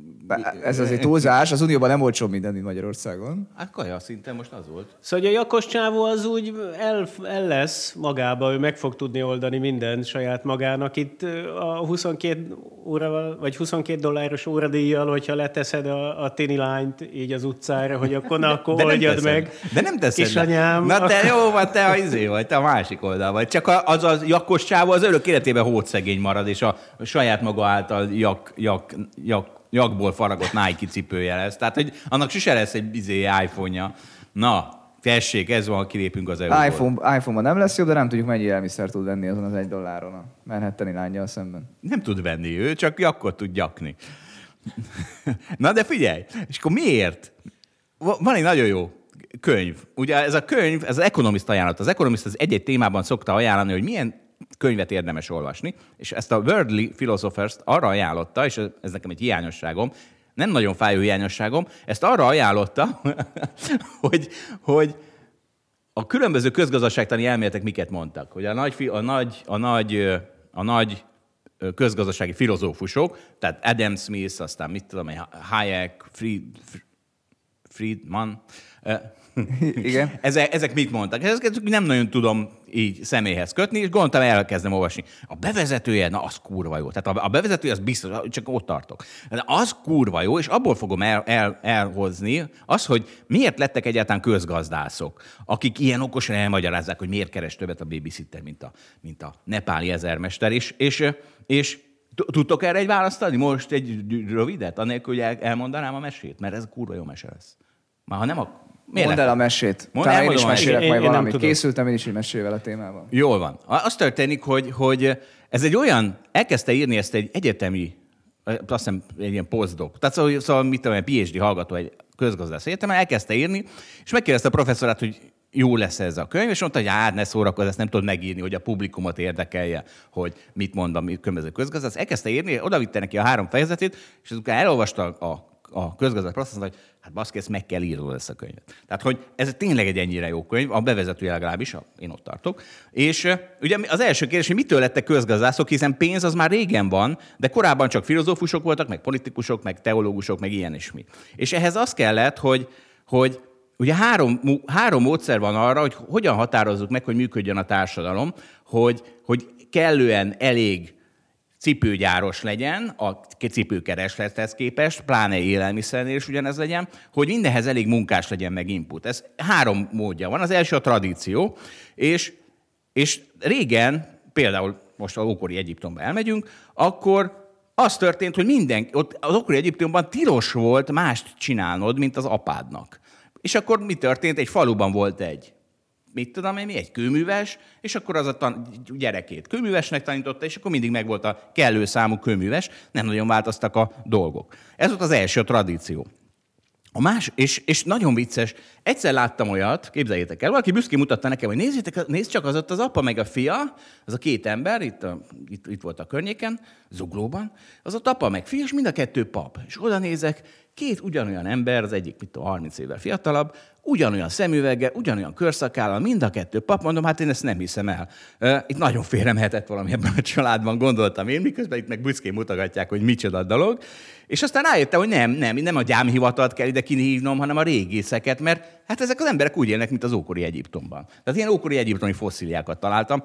Ez azért túlzás, az unióban nem olcsóbb minden, mint Magyarországon. Hát kaja, szinte most az volt. Szóval a jakos csávó az úgy el, el lesz magába, ő meg fog tudni oldani mindent saját magának. Itt a huszonkét óra, vagy huszonkét dolláros óradíjjal, hogyha leteszed a, a tini lányt így az utcára, hogy akkor, na, akkor oldjad meg. De nem teszed. Kisanyám. Na te jó, vagy te a izé vagy, te a másik oldal vagy. Csak az a jakos csávó az örök életében hódszegény marad, és a saját maga által jak, jak, jak jakból faragott Nike cipője lesz. Tehát, hogy annak sose lesz egy izé iPhone-ja. Na, tessék, ez van, kilépünk az é u-ból. iPhone, iPhone-ban nem lesz jobb, de nem tudjuk, mennyi élelmiszer tud venni azon az egy dolláron a Manhattani lánnyal szemben. Nem tud venni ő, csak jakkot tud gyakni. Na, de figyelj, és akkor miért? Van egy nagyon jó könyv. Ugye ez a könyv, ez az Economist ajánlat. Az Economist az egy-egy témában szokta ajánlani, hogy milyen könyvet érdemes olvasni, és ezt a Worldly Philosophers-t arra ajánlotta, és ez nekem egy hiányosságom, nem nagyon fájó hiányosságom, ezt arra ajánlotta, hogy, hogy a különböző közgazdaságtani elméletek miket mondtak. Hogy a nagy, a nagy, a nagy, a nagy közgazdasági filozófusok, tehát Adam Smith, aztán mit tudom, Hayek, Fried, Friedman, igen. Ezek, ezek mit mondtak? Ezeket nem nagyon tudom így személyhez kötni, és gondoltam, elkezdem olvasni. A bevezetője, na az kurva jó. Tehát a, a bevezetője, az biztos, csak ott tartok. De az kurva jó, és abból fogom el, el, elhozni az, hogy miért lettek egyáltalán közgazdászok, akik ilyen okosan elmagyarázzák, hogy miért keres többet a babysitter, mint a, mint a nepáli ezermester. És, és, és Tudtok erre egy választ adni? Most egy rövidet, anélkül, hogy el, elmondanám a mesét? Mert ez kurva jó mese lesz. Már ha nem a... Mondd el a mesét. Mondd Talán én is mesélek én, majd én valamit. Készültem én is egy mesével a témában. Jól van. Az történik, hogy, hogy ez egy olyan... Elkezdte írni ezt egy egyetemi, azt hiszem egy ilyen postdoc. Tehát szóval, szóval mit tudom, egy pé há dé hallgató egy közgazdász egyetemen, elkezdte írni, és megkérdezte a professzorát, hogy jó lesz ez a könyv, és mondta, hogy hát ne szórakozz, ezt nem tudod megírni, hogy a publikumot érdekelje, hogy mit mond a különböző közgazdász. Elkezdte írni, odavitte neki a három fejezetét, és azután elolvasta a, a közgazdász professzor, hogy hát baszki, ezt meg kell írnod ezt a könyvet. Tehát, hogy ez tényleg egy ennyire jó könyv, a bevezetője legalábbis, én ott tartok. És ugye az első kérdés, hogy mitől lettek közgazdászok, hiszen pénz az már régen van, de korábban csak filozófusok voltak, meg politikusok, meg teológusok, meg ilyen is mi. És ehhez az kellett, hogy, hogy ugye három, három módszer van arra, hogy hogyan határozzuk meg, hogy működjön a társadalom, hogy, hogy kellően elég cipőgyáros legyen, a cipőkereslethez képest, pláne élelmiszernél is ugyanez legyen, hogy mindenhez elég munkás legyen meg input. Ez három módja van. Az első a tradíció, és, és régen, például most az ókori Egyiptomba elmegyünk, akkor az történt, hogy minden, ott az ókori Egyiptomban tilos volt mást csinálnod, mint az apádnak. És akkor mi történt? Egy faluban volt egy, mit tudom én, mi, egy kőműves, és akkor az a tan- gyerekét kőművesnek tanította, és akkor mindig megvolt a kellő számú kőműves, nem nagyon változtak a dolgok. Ez volt az első, a tradíció. A más, és, és nagyon vicces, egyszer láttam olyat, képzeljétek el, valaki büszkén mutatta nekem, hogy nézzétek, nézd csak, az ott az apa meg a fia, az a két ember, itt, a, itt, itt volt a környéken, Zuglóban, az ott apa meg fia, és mind a kettő pap. És oda nézek, két ugyanolyan ember, az egyik, mit tudom, harminc évvel fiatalabb, ugyanolyan szemüveggel, ugyanolyan körszakállal, mind a kettő pap, mondom, hát én ezt nem hiszem el. Itt nagyon félremehetett valami ebben a családban, gondoltam én, miközben itt meg büszkén mutogatják, hogy micsoda dolog. És aztán rájöttem, hogy nem, nem, nem a gyámhivatalt kell ide kinhívnom, hanem a régészeket, mert hát ezek az emberek úgy élnek, mint az ókori Egyiptomban. Tehát ilyen ókori egyiptomi fosszíliákat találtam.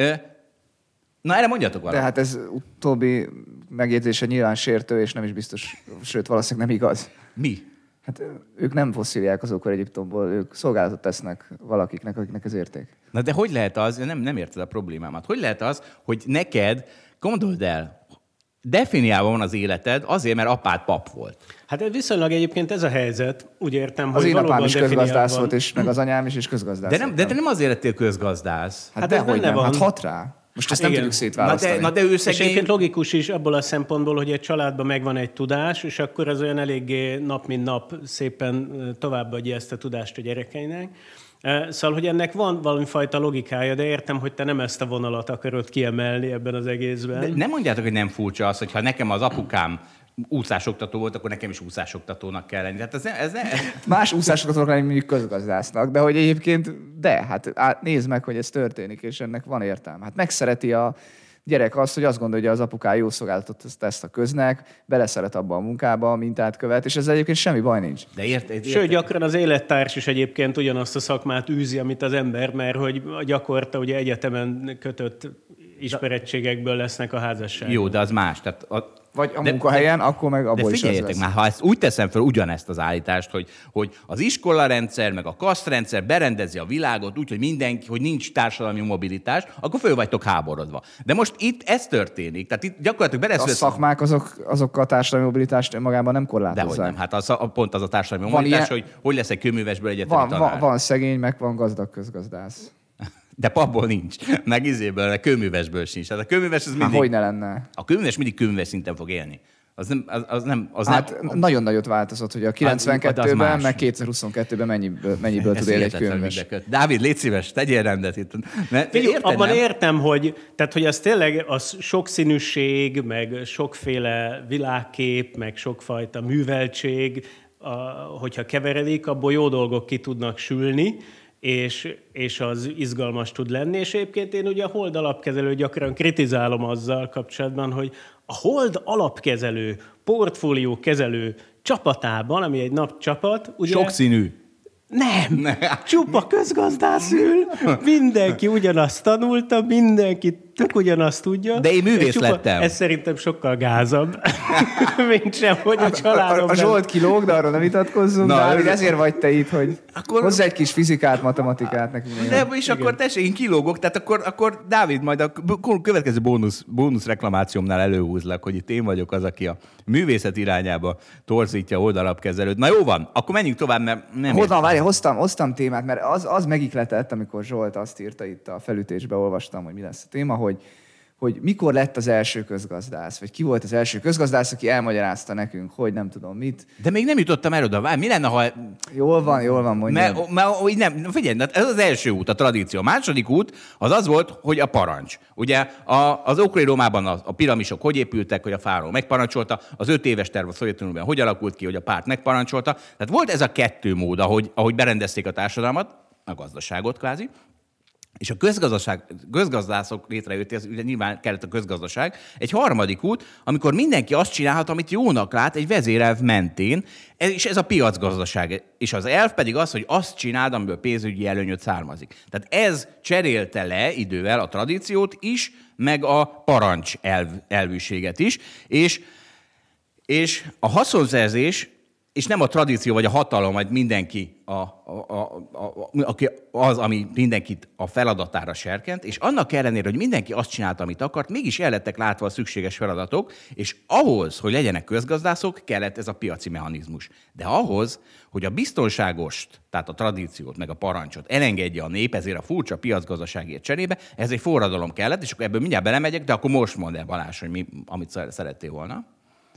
Na, erre mondjatok valamit. De hát ez utóbbi megjegyzése nyilván sértő, és nem is biztos, sőt, valószínűleg nem igaz. Mi? Hát ők nem fosszíliák az ókori Egyiptomból, ők szolgálatot tesznek valakiknek, akiknek ez érték. Na de hogy lehet az, nem, nem érted a problémámat, hogy lehet az, hogy neked, gondold el, definiálva van az életed azért, mert apád pap volt. Hát viszonylag egyébként ez a helyzet, úgy értem, az hogy én apám is közgazdász van. volt, és meg az anyám is, és közgazdász. De nem, de te nem azért lettél közgazdász. Hát, Hát de ez hogy benne nem, van. hát hat rá. Most ezt Hát nem igen. tudjuk szétválasztani. Na de, na de ő És szegény... egyébként logikus is abból a szempontból, hogy egy családban megvan egy tudás, és akkor az olyan eléggé nap mint nap szépen továbbadja ezt a tudást a gyerekeinek. Szóval, hogy ennek van valami fajta logikája, de értem, hogy te nem ezt a vonalat akarod kiemelni ebben az egészben. De nem mondjátok, hogy nem furcsa az, hogyha nekem az apukám úszásoktató volt, akkor nekem is úszásoktatónak kell lenni. Tehát ez, ez ne... Más úszásoktatónak lenni mondjuk közgazdásznak, de hogy egyébként de, hát á, nézd meg, hogy ez történik, és ennek van értelme. Hát megszereti a gyerek azt, hogy azt gondolja, hogy az apukája jó szolgálatot tesz a köznek, beleszeret abba a munkába, mintát követ, és ez egyébként semmi baj nincs. De ért, ért, Sőt, gyakran az élettárs is egyébként ugyanazt a szakmát űzi, amit az ember, mert hogy gyakorta ugye egyetemen kötött ismerettségekből lesznek a házasságok. Jó, de az más. Tehát a... Vagy a de, munkahelyen, de, akkor meg abból de is az figyeljetek lesz. már, ha ezt úgy teszem fel ugyanezt az állítást, hogy, hogy az iskolarendszer, meg a kasztrendszer berendezi a világot úgy, hogy mindenki, hogy nincs társadalmi mobilitás, akkor föl vagytok háborodva. De most itt ez történik. Tehát itt gyakorlatilag A beleszülsz... szakmák azok, azok a társadalmi mobilitást magában nem korlátozzák. Dehogy nem. Hát az, a, pont az a társadalmi Van mobilitás, ilyen- hogy hogy lesz egy kőművesből egyetemi Van, tanár. van, van szegény, meg van gazdag közgazdász. De papból nincs. Meg izéből, meg kőművesből sincs. Tehát a kőműves az Hát mindig... hogy ne lenne? A kőműves mindig kőműves szinten fog élni. Az nem... Az, az nem, az Hát nem nagyon nagyot változott, hogy a az kilencvenkettőben, más. meg kétezer-huszonkettőben mennyiből, mennyiből Ez tud élni egy hihetetlen könyves. mindenköt. Dávid, légy szíves, tegyél rendet itt. Ne, Figyelj, érted, abban nem? értem, hogy, tehát, hogy az tényleg az sokszínűség, meg sokféle világkép, meg sokfajta műveltség, a, hogyha keveredik, abból jó dolgok ki tudnak sülni, és, és az izgalmas tud lenni. És egyébként én ugye a Hold alapkezelő gyakran kritizálom azzal kapcsolatban, hogy a Hold alapkezelő, portfóliókezelő csapatában, ami egy napcsapat, ugye... Sokszínű. Nem, Ne. csupa közgazdász ül, mindenki ugyanazt tanulta, mindenki tök ugyanazt tudja. De én művész csupa, lettem. Ez szerintem sokkal gázabb, mint sem, hogy a családom. A, a Zsolt kilóg, de arra nem vitatkozzunk. Na, Dávid, ezért vagy te itt, hogy akkor... hozzá egy kis fizikát, matematikát nekünk. De és igen. Akkor tessék, én kilógok, tehát akkor, akkor Dávid majd a következő bónusz, bónusz reklamációmnál előhúzlak, hogy itt én vagyok az, aki a művészet irányába torzítja oldalapkezelőt. Na jó van, akkor menjünk tovább, mert nem Honnan, várj, hoztam, hoztam témát, mert az, az megikletett, amikor Zsolt azt írta itt a felütésbe, olvastam, hogy mi lesz a téma, hogy, hogy mikor lett az első közgazdász, vagy ki volt az első közgazdász, aki elmagyarázta nekünk, hogy nem tudom mit. De még nem jutottam el oda. Várj, mi lenne, ha... Jól van, jól van, mondjam. Mert, mert nem, figyelj, ez az első út, a tradíció. A második út az az volt, hogy a parancs. Ugye a, az ókori Rómában a, a piramisok hogy épültek, hogy a fáraó megparancsolta, az öt éves terv a Szovjetunióban hogy alakult ki, hogy a párt megparancsolta. Tehát volt ez a kettő mód, ahogy, ahogy berendezték a társadalmat, a gazdaságot kvázi. És a közgazdaság, közgazdászok létrejötték, ugye nyilván kellett a közgazdaság. Egy harmadik út, amikor mindenki azt csinálhat, amit jónak lát egy vezérelv mentén, és ez a piacgazdaság. És az elv pedig az, hogy azt csináld, amiből pénzügyi előnyöt származik. Tehát ez cserélte le idővel a tradíciót is, meg a parancs elv, elvűséget is. És, és a haszonszerzés, és nem a tradíció vagy a hatalom, majd mindenki a, a, a, a, a, az, ami mindenkit a feladatára serkent, és annak ellenére, hogy mindenki azt csinálta, amit akart, mégis el lettek látva a szükséges feladatok, és ahhoz, hogy legyenek közgazdászok, kellett ez a piaci mechanizmus. De ahhoz, hogy a biztonságost, tehát a tradíciót, meg a parancsot elengedje a nép, ezért a furcsa piacgazdaságért cserébe, ez egy forradalom kellett, és akkor ebből mindjárt belemegyek, de akkor most mondd el, Balázs, hogy mi, amit szerettél volna.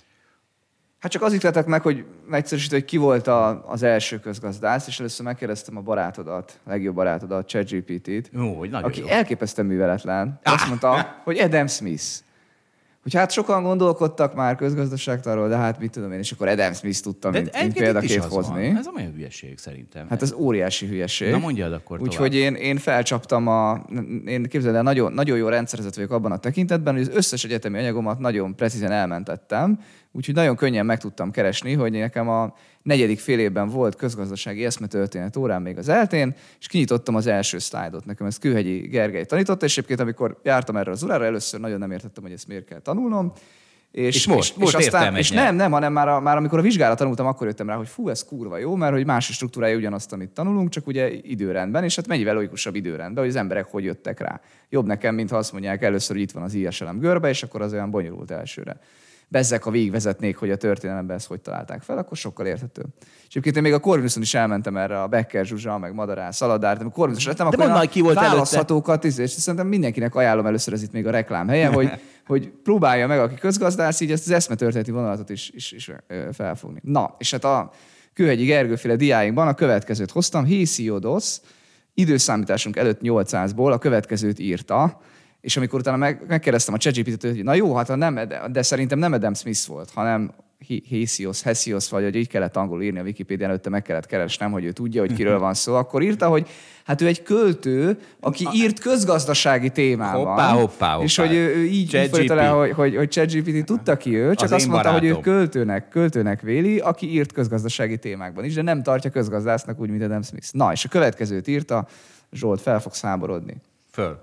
Hát csak az ikletek meg, hogy egyszerűsítő, hogy ki volt a, az első közgazdász, és először megkérdeztem a barátodat, a legjobb barátodat, ChatGPT-t, jó, hogy aki jó. elképesztően műveletlen. Ah! Azt mondta, hogy Adam Smith. Hogy hát sokan gondolkodtak már közgazdaságtanról, de hát mit tudom én, és akkor Adam Smith tudtam, mint, mint példakép hozni. Van. Ez olyan hülyeség szerintem. Hát az óriási hülyeség. Na mondjad akkor tovább. Úgyhogy én, én felcsaptam a... Én képzeld el, nagyon, nagyon jó rendszerezett vagyok abban a tekintetben, hogy az összes egyetemi anyagomat nagyon precízen elmentettem, úgyhogy nagyon könnyen meg tudtam keresni, hogy nekem a negyedik fél évben volt közgazdasági eszmetörténet órán még az eltén, és kinyitottam az első szlájdot. Nekem ezt Kőhegyi Gergely tanította, és egyébként amikor jártam erre az órára, először nagyon nem értettem, hogy ezt miért kell tanulnom. És, és most, és, most és aztán, és nem, nem, hanem már, a, már amikor a vizsgára tanultam, akkor jöttem rá, hogy fú, ez kurva jó, mert hogy más struktúrája ugyanazt, amit tanulunk, csak ugye időrendben, és hát mennyivel logikusabb időrendben, hogy az emberek hogy jöttek rá. Jobb nekem, mint ha azt mondják először, hogy itt van az i es el em görbe, és akkor az olyan bonyolult elsőre. Bezzek, ha végigvezetnék, hogy a történelemben ezt hogy találták fel, akkor sokkal érthető. És egyébként én még a Corvinuson is elmentem erre, a Becker Zsuzsa, meg Madarás, Szaladár, de a Corvinus lettem, akkor mondd, a ki volt választhatókat, és szerintem mindenkinek ajánlom először, ez itt még a reklám helye, hogy, hogy próbálja meg, aki közgazdász, így ezt az eszmetörténeti vonalatot is, is, is felfogni. Na, és hát a Kőhegyi Gergőféle diáinkban a következőt hoztam. Hésiodosz időszámításunk előtt nyolcszázból a következőt írta, és amikor utána meg, megkérdeztem a ChatGPT-t, hogy na jó, hát nem, de szerintem nem Adam Smith volt, hanem Hesios, Hesios, vagy hogy így kellett angolul írni a Wikipédián, előtte meg kellett keresnem, hogy ő tudja, hogy kiről van szó. Akkor írta, hogy hát ő egy költő, aki írt közgazdasági témában. Hoppá, hoppá, hoppá. És hogy ő, ő így, így folyt le, hogy, hogy, hogy ChatGPT tudta ki ő, csak az azt mondta, barátom. Hogy ő költőnek, költőnek véli, aki írt közgazdasági témákban is, de nem tartja közgazdásznak úgy, mint Adam Smith. Na, és a következőt írta, Zsolt, fel fogsz háborodni. Föl.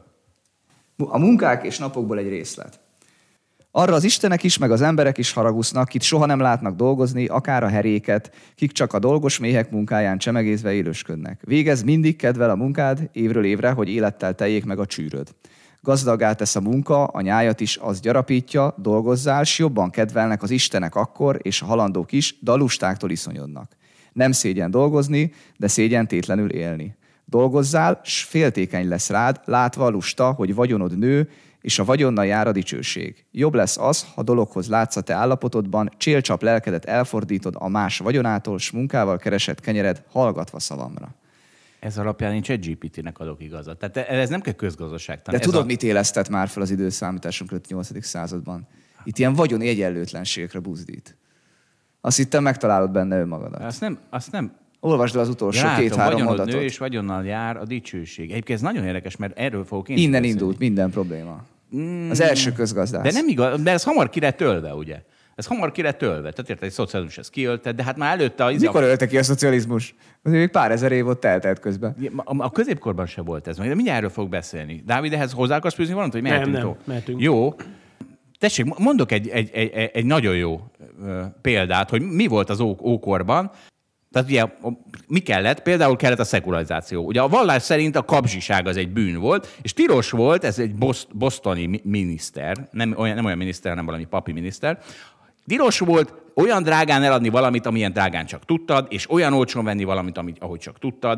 A munkák és napokból egy részlet. Arra az istenek is, meg az emberek is haragusznak, kit soha nem látnak dolgozni, akár a heréket, kik csak a dolgos méhek munkáján csemegézve élősködnek. Végez mindig kedvel a munkád, évről évre, hogy élettel teljék meg a csűröd. Gazdagá tesz a munka, a nyájat is az gyarapítja, dolgozzál, s jobban kedvelnek az istenek akkor, és a halandók is, de a lustáktól iszonyodnak. Nem szégyen dolgozni, de szégyen tétlenül élni. Dolgozzál, s féltékeny lesz rád, látva a lusta, hogy vagyonod nő, és a vagyonnal jár a dicsőség. Jobb lesz az, ha dologhoz látsz a te állapotodban, csélcsap lelkedet elfordítod a más vagyonától, s munkával keresed kenyered, hallgatva szavamra. Ez alapján én ChatGPT-nek adok igazat. Tehát ez nem kell közgazdaság. De tudod, a... mit élesztett már fel az időszámításunk előtt nyolcadik században? Itt ilyen vagyoni egyenlőtlenségekre buzdít. Azt hittem, megtalálod benne önmagadat. Azt nem... Azt nem... Olvasd el az utolsó ja, két-három mondatot. Nő és vagyonnal jár a dicsőség. Egyébként ez nagyon érdekes, mert erről fogok én Innen indult minden probléma. Az első közgazdász. De nem igaz, de ez hamar ki lett tölve, ugye? Ez hamar ki lett ölve. Tehát érted, egy szocializmus ezt kiölte, de hát már előtte... Az Mikor ölte ki a szocializmus? Azért még pár ezer év ott eltelt közben. A, a középkorban se volt ez. De mindjárt erről fog beszélni. Dávid, ehhez hozzá akarsz fűzni valamit, hogy mehetünk? Nem, nem, mehetünk. Jó. Tessék, mondok egy, egy, egy, egy nagyon jó példát, hogy mi volt az ó, ókorban. Tehát ugye mi kellett? Például kellett a szekularizáció. Ugye a vallás szerint a kapzsiság az egy bűn volt, és tilos volt, ez egy bostoni miniszter, nem olyan, nem olyan miniszter, hanem valami papi miniszter, tilos volt olyan drágán eladni valamit, amilyen drágán csak tudtad, és olyan olcsón venni valamit, amit, ahogy csak tudtad.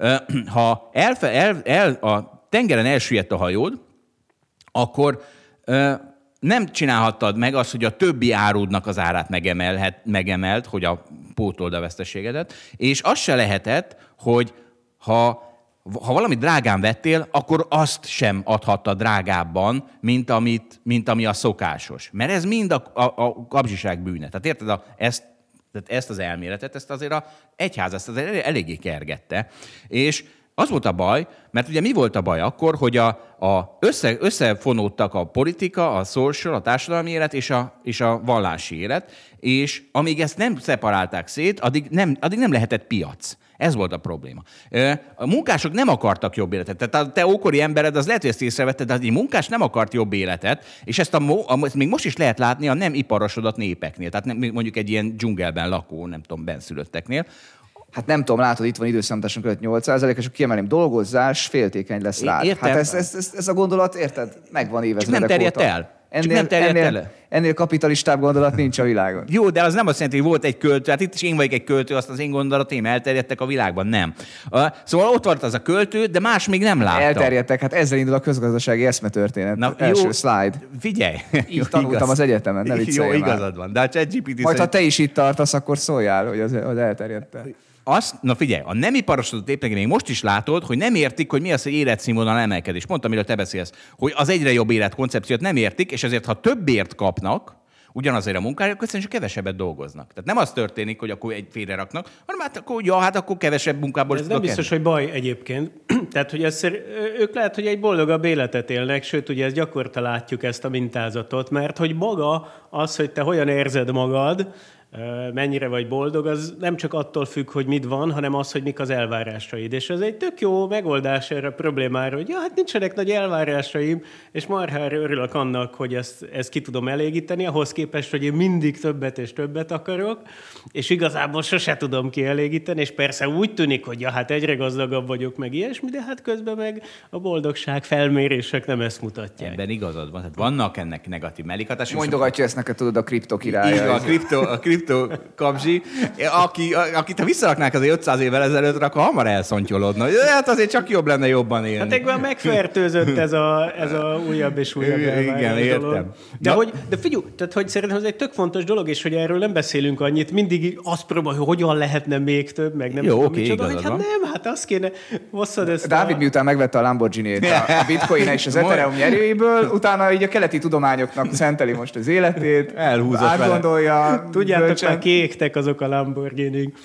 Ha elfe, el, el, a tengeren elsüllyedt a hajód, akkor nem csinálhattad meg azt, hogy a többi árudnak az árát megemelhet, megemelt, hogy a pótold a veszteségedet, és az se lehetett, hogy ha, ha valamit drágán vettél, akkor azt sem adhatta drágábban, mint, amit, mint ami a szokásos. Mert ez mind a, a, a kapzsiság bűne. Tehát érted, a, ezt, tehát ezt az elméletet, ezt azért az egyház ezt azért eléggé kergette. És az volt a baj, mert ugye mi volt a baj akkor, hogy a, a össze, összefonódtak a politika, a social, a társadalmi élet és a, és a vallási élet, és amíg ezt nem szeparálták szét, addig nem, addig nem lehetett piac. Ez volt a probléma. A munkások nem akartak jobb életet. Tehát a te ókori embered, az lehet, hogy ezt észrevetted, de egy munkás nem akart jobb életet, és ezt, a, ezt még most is lehet látni a nem iparosodott népeknél. Tehát nem, mondjuk egy ilyen dzsungelben lakó, nem tudom, benszülötteknél. Hát nem tudom, látod, itt van időszámításunk előtt nyolc százalék, és akkor kiemelném, dolgozzál, s féltékeny lesz rád. Értem. Hát ez, ez, ez, ez a gondolat, érted? Megvan évezredek nem terjedt óta. el. Ennél, nem terjedt ennél, el. ennél kapitalistább gondolat nincs a világon. Jó, de az nem azt jelenti, hogy volt egy költő, hát itt is én vagyok egy költő, azt az én gondolataim elterjedtek a világban, nem. Szóval ott volt az a költő, de más még nem látta. Elterjedtek, hát ezzel indul a közgazdasági eszmetörténet. Na, első jó, slide. Figyelj. Így jó, tanultam igaz. Az egyetemen, ne viccelj Jó, már. igazad van. De a ChatGPT Majd szerint... ha te is itt tartasz, akkor szóljál, hogy az, az elterjedt. Azt, na figyelj, a nem iparosodott népek még most is látod, hogy nem értik, hogy mi az, hogy életszínvonal emelkedés. Pont amiről te beszélsz, hogy az egyre jobb életkoncepciót nem értik, és ezért, ha többért kapnak, ugyanazért a munkáért, akkor csak kevesebbet dolgoznak. Tehát nem az történik, hogy akkor egy félre raknak, hanem hát akkor, ja, hát akkor kevesebb munkából ez nem biztos, enni. Hogy baj egyébként. Tehát, hogy ez, ők lehet, hogy egy boldogabb életet élnek, sőt, ugye ezt gyakorta látjuk ezt a mintázatot, mert hogy maga az, hogy te hogyan érzed magad, mennyire vagy boldog, az nem csak attól függ, hogy mit van, hanem az, hogy mik az elvárásaid. És ez egy tök jó megoldás erre a problémára, hogy ja, hát nincsenek nagy elvárásaim, és marhára örülök annak, hogy ezt, ezt ki tudom elégíteni, ahhoz képest, hogy én mindig többet és többet akarok, és igazából sose tudom kielégíteni, és persze úgy tűnik, hogy ja, hát egyre gazdagabb vagyok, meg ilyesmi, de hát közben meg a boldogság felmérések nem ezt mutatják. Ebben igazad van. Tehát vannak ennek negatív mellékhatások. Mondogatja ezt neked, tudod, a kripto királya. A kripto, a kripto kapzsi, aki, akit ha visszaraknák azért ötszáz évvel ezelőtt, akkor hamar elszontyolodna. Hát azért csak jobb lenne jobban élni. Hát egyben megfertőzött ez a, ez a újabb és újabb elvárás. Igen, értem. De, hogy, de figyelj, tehát hogy szerintem ez egy tök fontos dolog, és hogy erről nem beszélünk annyit, mindig azt próbáljuk, hogy hogyan lehetne még több, meg nem jó, tudom, oké, micsoda, hogy igazad hát van. nem, hát azt kéne, hosszad ezt Dávid a... miután megvette a Lamborghini-t, a bitcoin és az Ethereum nyerőiből, utána így a keleti tudományoknak szenteli most az életét, elhúzott átgondolja. Tudjátok, már kiégtek azok a Lamborghini-k,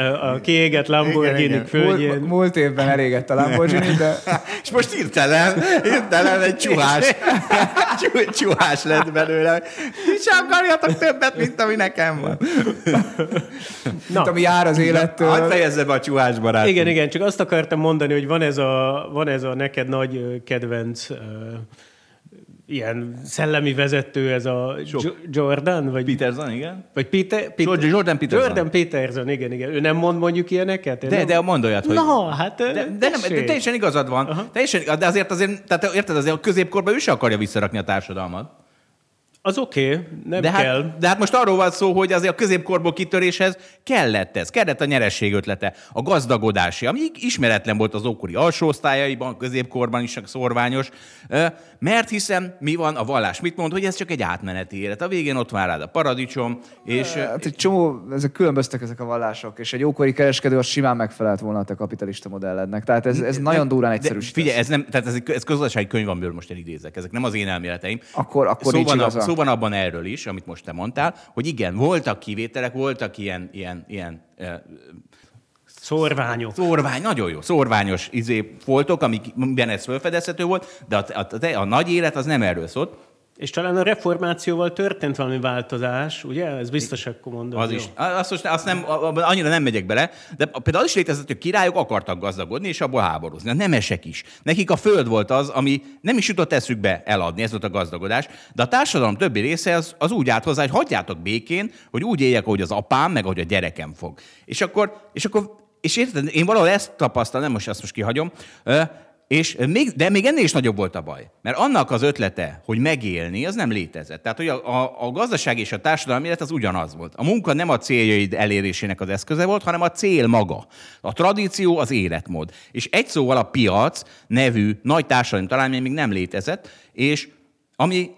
a kiégett Lamborghini-k földjén. Múlt, múlt évben elégett a Lamborghini, de... És most hirtelen, hirtelen egy csuhás, csuhás lett belőle. És akarjatok többet, mint ami nekem van. Mint ami jár az élettől. Hadd fejezze be a csuhás barátom. Igen, igen, csak azt akartam mondani, hogy van ez a, van ez a neked nagy kedvenc uh, ilyen szellemi vezető, ez a J- Jordan? Vagy Peterson, igen. Vagy Peter, Peter, Jordan Peterson. Jordan Peterson, igen, igen. Ő nem mond mondjuk ilyeneket? De, nem... de mondd olyat, hogy... Na, hát De, de, nem, de teljesen igazad van. Teljesen, de azért azért, tehát érted, azért a középkorban ő se akarja visszarakni a társadalmat. Az oké, okay, nem de kell. Hát, de hát most arról van szó, hogy azért a középkorból kitöréshez kellett ez. Kellett a nyeresség ötlete, a gazdagodási, ami ismeretlen volt az ókori alsó osztályaiban, középkorban is szorványos. Mert hiszen mi van, a vallás mit mond, hogy ez csak egy átmeneti élet. A végén ott vár rád a paradicsom, és... Hát egy csomó, ezek különböztek ezek a vallások, és egy ókori kereskedő az simán megfelelt volna a te kapitalista modellednek. Tehát ez, ez nagyon durván egyszerűsít. Figyelj, ez, nem, tehát ez, ez közgazdasági könyv, amiből most elidézek. Ezek nem az én elméleteim. Akkor, akkor szó, van a, szó van abban erről is, amit most te mondtál, hogy igen, voltak kivételek, voltak ilyen, ilyen, ilyen szorványok. Szorvány, nagyon jó. Szorványos izé foltok, amikben ez felfedezhető volt, de a, a, a, a nagy élet az nem erről szólt. És talán a reformációval történt valami változás, ugye? Ez biztos akkor mondom. Az jó. is. Azt, most, azt nem, annyira nem megyek bele, de például az is létezett, hogy királyok akartak gazdagodni, és abból háborúzni. A nemesek is. Nekik a föld volt az, ami nem is jutott eszükbe eladni, ez volt a gazdagodás, de a társadalom többi része az, az úgy állt hozzá, hogy hagyjátok békén, hogy úgy éljek, ahogy az apám, meg ahogy a gyerekem fog. És akkor, és akkor és érted, én valahol ezt tapasztalom, nem most ezt most kihagyom, és még, de még ennél is nagyobb volt a baj. Mert annak az ötlete, hogy megélni, az nem létezett. Tehát, hogy a, a, a gazdaság és a társadalmi élet az ugyanaz volt. A munka nem a céljaid elérésének az eszköze volt, hanem a cél maga. A tradíció az életmód. És egy szóval a piac nevű nagy társadalmi találmány még nem létezett, és ami,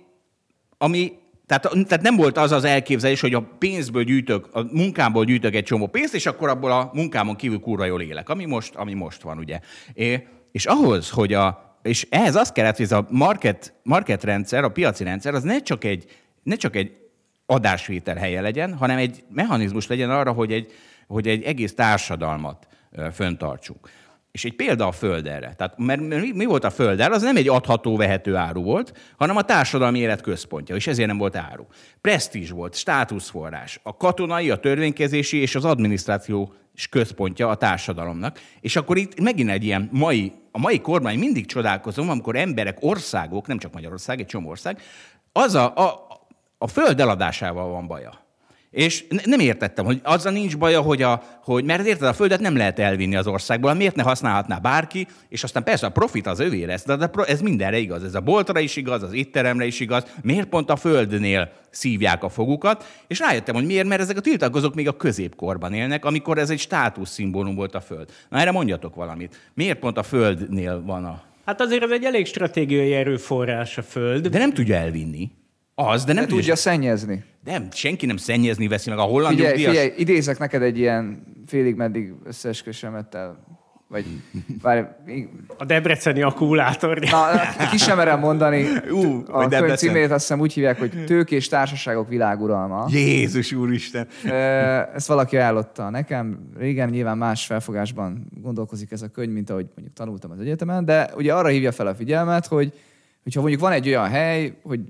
ami Tehát, tehát nem volt az az elképzelés, hogy a pénzből gyűjtök, a munkámból gyűjtök egy csomó pénzt, és akkor abból a munkámon kívül kurva jól élek, ami most, ami most van, ugye. É, és ahhoz, hogy a, és ehhez az kellett, hogy ez a market, market rendszer, a piaci rendszer, az ne csak egy, ne csak egy adásvétel helye legyen, hanem egy mechanizmus legyen arra, hogy egy, hogy egy egész társadalmat föntartsunk. És egy példa a föld erre. Tehát, mert mi, mi volt a föld erre? Az nem egy adható, vehető áru volt, hanem a társadalmi élet központja, és ezért nem volt áru. Presztízs volt, státuszforrás, a katonai, a törvénykezési és az adminisztráció központja a társadalomnak. És akkor itt megint egy ilyen mai, a mai kormány mindig csodálkozom, amikor emberek, országok, nem csak Magyarország, egy csomó ország, az a, a, a föld eladásával van baja. És nem értettem, hogy azzal nincs baja, hogy, a, hogy mert érted, a földet nem lehet elvinni az országból, miért ne használhatná bárki, és aztán persze a profit az övé lesz, de ez mindenre igaz, ez a boltra is igaz, az étteremre is igaz, miért pont a földnél szívják a fogukat, és rájöttem, hogy miért, mert ezek a tiltakozók még a középkorban élnek, amikor ez egy státuszszimbólum volt a föld. Na erre mondjatok valamit. Miért pont a földnél van a... Hát azért ez egy elég stratégiai erőforrás a föld. De nem tudja elvinni. Az, de nem de tudja, tudja szennyezni. Nem, senki nem szennyezni veszi meg a holland figyelj, nyugdíjas. Figyelj, idézek neked egy ilyen félig meddig összeesküvősemettel, vagy várj, a debreceni akkumulátor. Na, ki sem merem mondani. Ú, a könyv címét azt hiszem úgy hívják, hogy Tőkés társaságok világuralma. Jézus úristen! Ezt valaki ajánlotta nekem. Régen nyilván más felfogásban gondolkozik ez a könyv, mint ahogy mondjuk tanultam az egyetemen, de ugye arra hívja fel a figyelmet, hogy hogyha mondjuk van egy olyan hely, hogy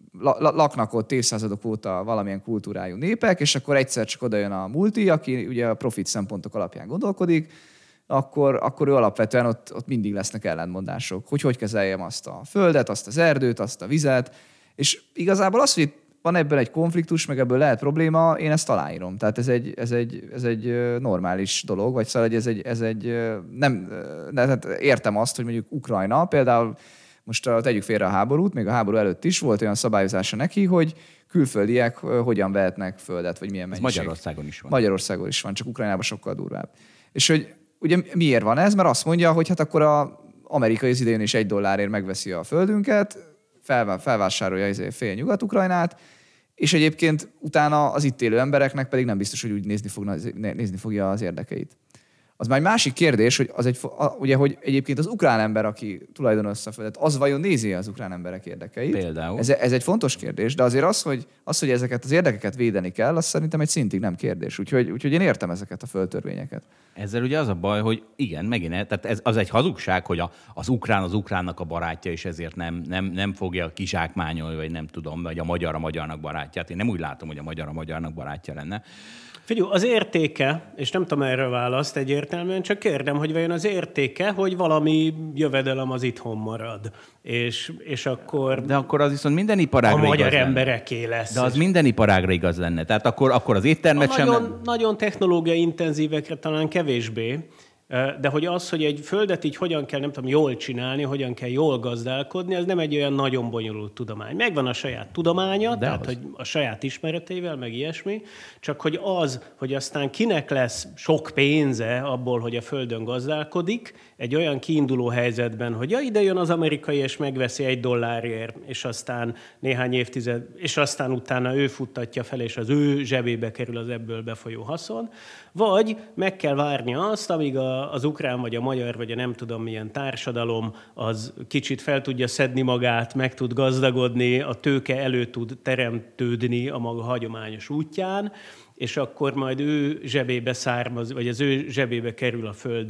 laknak ott évszázadok óta valamilyen kultúrájú népek, és akkor egyszer csak odajön a multi, aki ugye a profit szempontok alapján gondolkodik, akkor, akkor ő alapvetően ott, ott mindig lesznek ellentmondások. Hogy hogy kezeljem azt a földet, azt az erdőt, azt a vizet. És igazából az, hogy itt van ebből egy konfliktus, meg ebből lehet probléma, én ezt aláírom. Tehát ez egy, ez egy, ez egy normális dolog, vagy szóval ez egy, ez egy nem, tehát értem azt, hogy mondjuk Ukrajna például most tegyük félre a háborút, még a háború előtt is volt olyan szabályozása neki, hogy külföldiek hogyan vehetnek földet, vagy milyen mennyiség. Ez Magyarországon is van. Magyarországon is van, csak Ukrajnában sokkal durvább. És hogy ugye miért van ez? Mert azt mondja, hogy hát akkor az amerikai az idején is egy dollárért megveszi a földünket, fel, felvásárolja fél Nyugat-Ukrajnát, és egyébként utána az itt élő embereknek pedig nem biztos, hogy úgy nézni, fogna, nézni fogja az érdekeit. Az már egy másik kérdés, hogy, az egy, ugye, hogy egyébként az ukrán ember, aki tulajdonolja a földet, az vajon nézi az ukrán emberek érdekeit? Például. Ez, ez egy fontos kérdés, de azért az hogy, az, hogy ezeket az érdekeket védeni kell, az szerintem egy szintig nem kérdés. Úgyhogy, úgyhogy én értem ezeket a földtörvényeket. Ezzel ugye az a baj, hogy igen, megint, tehát ez, az egy hazugság, hogy a, az ukrán az ukránnak a barátja, és ezért nem, nem, nem fogja kizsákmányolni, vagy nem tudom, vagy a magyar a magyarnak barátját. Én nem úgy látom, hogy a magyar a magyarnak barátja lenne. Figyelj, az értéke, és nem tudom erre választ egyértelműen, csak kérdem, hogy vajon az értéke, hogy valami jövedelem az itthon marad. És, és akkor... De akkor az viszont minden iparágra a magyar igaz embereké lesz. De az minden iparágra igaz lenne. Tehát akkor, akkor az éttermet sem... Nagyon, nagyon technológiai intenzívekre talán kevésbé, de hogy az, hogy egy földet így hogyan kell, nem tudom, jól csinálni, hogyan kell jól gazdálkodni, ez nem egy olyan nagyon bonyolult tudomány. Megvan a saját tudománya, de tehát az. Hogy a saját ismereteivel, meg ilyesmi, csak hogy az, hogy aztán kinek lesz sok pénze abból, hogy a földön gazdálkodik, egy olyan kiinduló helyzetben, hogy ja, ide jön az amerikai, és megveszi egy dollárért, és aztán néhány évtized, és aztán utána ő futtatja fel, és az ő zsebébe kerül az ebből befolyó haszon, vagy meg kell várni azt, amíg a, az ukrán, vagy a magyar, vagy a nem tudom milyen társadalom, az kicsit fel tudja szedni magát, meg tud gazdagodni, a tőke elő tud teremtődni a maga hagyományos útján, és akkor majd ő zsebébe származ, vagy az ő zsebébe kerül a föld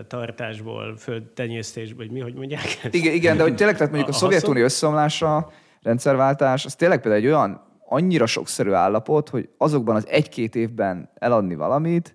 tartásból, föld tenyésztésből, vagy mi, hogy mondják ezt? Igen, igen, de hogy tényleg, tehát mondjuk a, a Szovjetunió összeomlása, rendszerváltás, az tényleg például egy olyan annyira sokszerű állapot, hogy azokban az egy-két évben eladni valamit,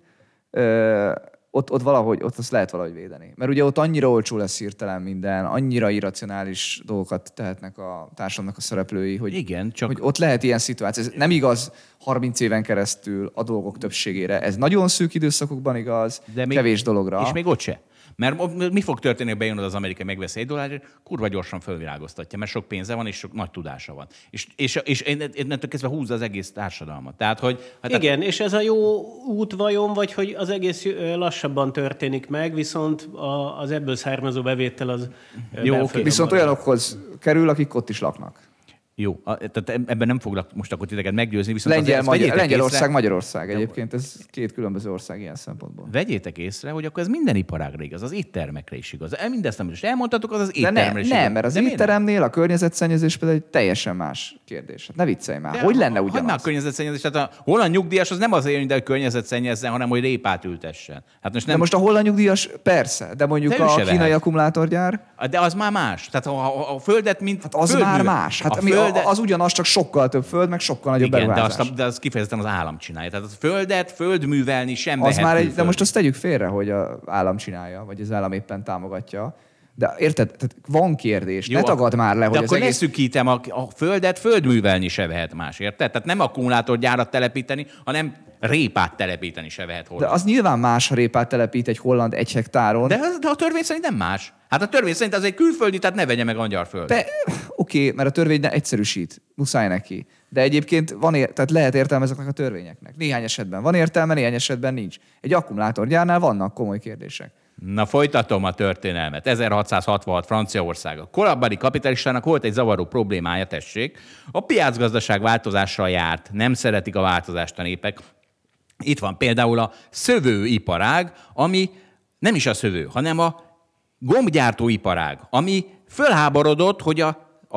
ö, ott, ott valahogy, ott azt lehet valahogy védeni. Mert ugye ott annyira olcsó lesz hirtelen minden, annyira irracionális dolgokat tehetnek a társadalomnak a szereplői, hogy, Igen, csak... hogy ott lehet ilyen szituáció. Ez nem igaz harminc éven keresztül a dolgok többségére. Ez nagyon szűk időszakokban igaz, de még, kevés dologra. És még ott se. Mert mi fog történni, hogy bejön az amerikai, megveszi egy dollárért, kurva gyorsan fölvilágoztatja, mert sok pénze van, és sok nagy tudása van. És, és, és innentől kezdve húzza az egész társadalmat. Tehát, hogy, hát igen, tehát... és ez a jó út vajon, vagy hogy az egész lassabban történik meg, viszont az ebből származó bevétel az... Jó, okay. Viszont olyanokhoz kerül, akik ott is laknak. Jó, tehát ebben nem foglak most akkor titeket meggyőzni, viszont Lengyel, az, Magyar, Lengyelország, észre, Magyarország egyébként, ez két különböző ország ilyen szempontból. Vegyétek észre, hogy akkor ez minden iparágra igaz, az éttermekre is igaz. Mindezt, amit most elmondtatok, az az étteremre ne, is nem, igaz. mert az étteremnél a környezetszennyezés például egy teljesen más kérdés. Hát ne viccelj már, de hogy lenne ugyanaz? ugyanaz? Hogy a környezetszennyezés? Tehát a holland nyugdíjas az nem azért jön ide, hogy környezetszennyezzen, hanem hogy répát ültessen. Hát most nem... De most a holland nyugdíjas persze, de mondjuk de a kínai vehet. Akkumulátorgyár. De az már más. Tehát a, a, a földet, mint hát az már más. Hát a földet... az ugyanaz, csak sokkal több föld, meg sokkal nagyobb igen, beruházás. De, azt, de az kifejezetten az állam csinálja. Tehát a földet, földművelni sem az már egy, de most azt tegyük félre, hogy az állam csinálja, vagy az állam éppen támogatja. De érted? Tehát van kérdés. Jó, ne tagad már le, hogy de az akkor egész... ne szűkítem, a, a földet földművelni se vehet más, érted? Tehát nem akkumulátorgyárat telepíteni, hanem répát telepíteni se vehet holland. De az nyilván más, ha répát telepít egy holland egy hektáron. De, de a törvény szerint nem más. Hát a törvény szerint az egy külföldi, tehát ne vegye meg a magyar föld. Be... Oké, okay, mert a törvény ne egyszerűsít. Muszáj neki. De egyébként van ér... tehát lehet értelme ezeknek a törvényeknek. Néhány esetben van értelme, néhány esetben nincs. Egy akkumulátorgyárnál vannak komoly kérdések. Na, folytatom a történelmet. ezerhatszázhatvanhat Franciaország. A korábbi kapitalistának volt egy zavaró problémája, tessék. A piacgazdaság változással járt. Nem szeretik a változást a népek. Itt van például a szövőiparág, ami nem is a szövő, hanem a gombgyártóiparág, ami fölháborodott, hogy a, a,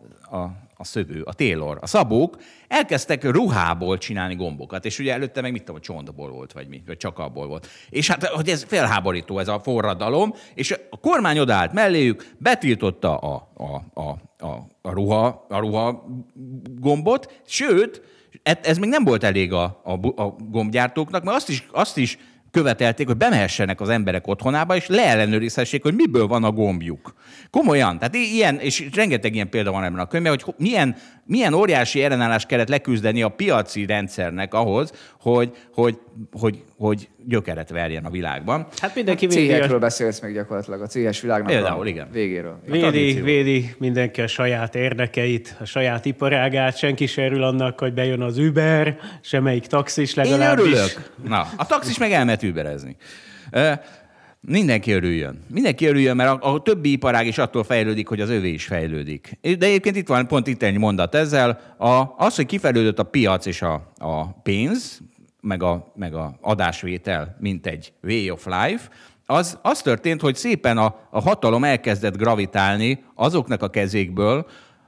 a, a szövő, a tailor, a szabók elkezdtek ruhából csinálni gombokat, és ugye előtte meg mit tudom, csontból volt, vagy mi, vagy csak abból volt. És hát, hogy ez felháborító, ez a forradalom, és a kormány odaállt melléjük, betiltotta a, a, a, a, a, ruha, a ruha gombot, sőt, ez még nem volt elég a, a, a gombgyártóknak, mert azt is, azt is követelték, hogy bemehessenek az emberek otthonába, és leellenőrizhessék, hogy miből van a gombjuk. Komolyan. Tehát ilyen, és rengeteg ilyen példa van ebben a könyvben, hogy milyen, milyen óriási ellenállást kellett leküzdeni a piaci rendszernek ahhoz, hogy, hogy, hogy, hogy gyökeret verjen a világban. Hát mindenki hát cégekről a... beszélsz még gyakorlatilag, a céges világnak például, a igen. végéről. Védi, védi mindenki a saját érdekeit, a saját iparágát, senki se örül annak, hogy bejön az Uber, semmelyik taxis legalábbis. Én örülök. Na, a taxis meg elment Uberezni. Uh, Mindenki örüljön. Mindenki örüljön, mert a, a többi iparág is attól fejlődik, hogy az övé is fejlődik. De egyébként itt van pont itt egy mondat ezzel. A, az, hogy kifejlődött a piac és a, a pénz, meg a, meg a adásvétel, mint egy way of life, az, az történt, hogy szépen a, a hatalom elkezdett gravitálni azoknak a kezékből,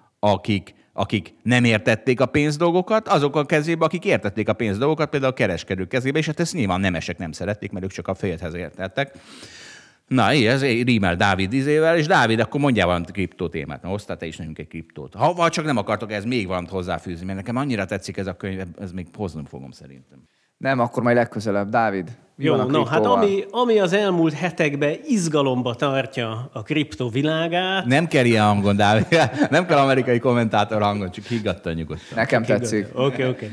akik akik nem értették a pénzdolgokat, azok a kezébe, akik értették a pénzdolgokat, például a kereskedők kezébe, és hát ezt nyilván nemesek nem szerették, mert ők csak a földhez értettek. Na, ez rímel Dávid izével, és Dávid, akkor mondjál valamit a kriptó témát. Na, hoztál te is nekünk egy kriptót. Ha vagy csak nem akartok ez még valamit hozzáfűzni, mert nekem annyira tetszik ez a könyv, ez még hoznom fogom szerintem. Nem, akkor majd legközelebb. Dávid, mi Jó, van a no, hát ami, ami az elmúlt hetekben izgalomba tartja a kriptovilágát... Nem kell ilyen hangon, Dávid. Nem kell amerikai kommentátor hangon, csak higgadtan nyugodtan. Nekem tetszik. Oké, oké.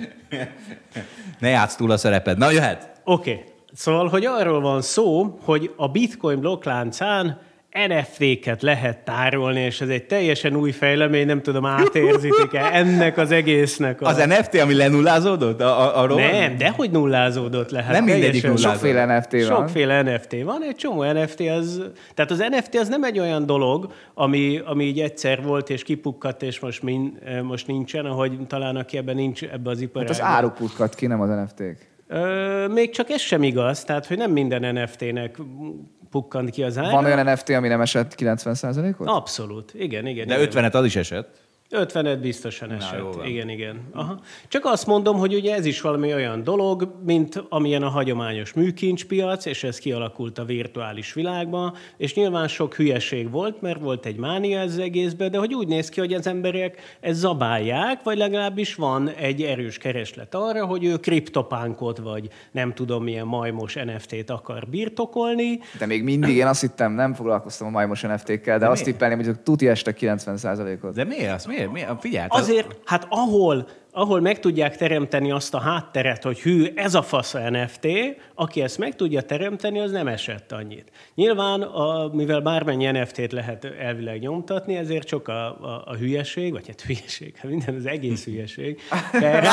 Ne játsz túl a szereped. Na, jöhet! Oké. Okay. Szóval, hogy arról van szó, hogy a Bitcoin blokkláncán en ef té-ket lehet tárolni, és ez egy teljesen új fejlemény, nem tudom, átérzitek-e ennek az egésznek. A... Az en ef té, ami lenullázódott? A, a, a nem, dehogy nullázódott le. Hát nem mindegyik nullázódott. Sokféle en ef té van. Sokféle en ef té van, egy csomó en ef té az... Tehát az en ef té az nem egy olyan dolog, ami, ami így egyszer volt, és kipukkadt, és most, min, most nincsen, ahogy talán aki ebben nincs ebbe az iparágban. Hát az áruk pukkadt ki, nem az en ef té-k. Ö, még csak ez sem igaz, tehát hogy nem minden en ef té-nek pukkant ki az ára. Van olyan en ef té, ami nem esett kilencven százalékot? Abszolút, igen, igen. De igen. ötvenet az is esett. ötvenet biztosan esett. Na, igen, igen. Aha. Csak azt mondom, hogy ugye ez is valami olyan dolog, mint amilyen a hagyományos műkincspiac, és ez kialakult a virtuális világban, és nyilván sok hülyeség volt, mert volt egy mánia ez egészben, de hogy úgy néz ki, hogy az emberek ezt zabálják, vagy legalábbis van egy erős kereslet arra, hogy ő kriptopánkot, vagy nem tudom milyen majmos en ef té-t akar birtokolni. De még mindig én azt hittem, nem foglalkoztam a majmos en ef té-kkel, de, de azt tippelném, hogy tuti este kilencven százalékot. De miért? Az miért? miért? Figyelj, azért, hát ahol, ahol meg tudják teremteni azt a hátteret, hogy hű, ez a fasz en ef té, aki ezt meg tudja teremteni, az nem esett annyit. Nyilván, a, mivel bármennyi en ef té-t lehet elvileg nyomtatni, ezért csak a, a, a hülyeség, vagy hát hülyeség, hát minden az egész hülyeség. De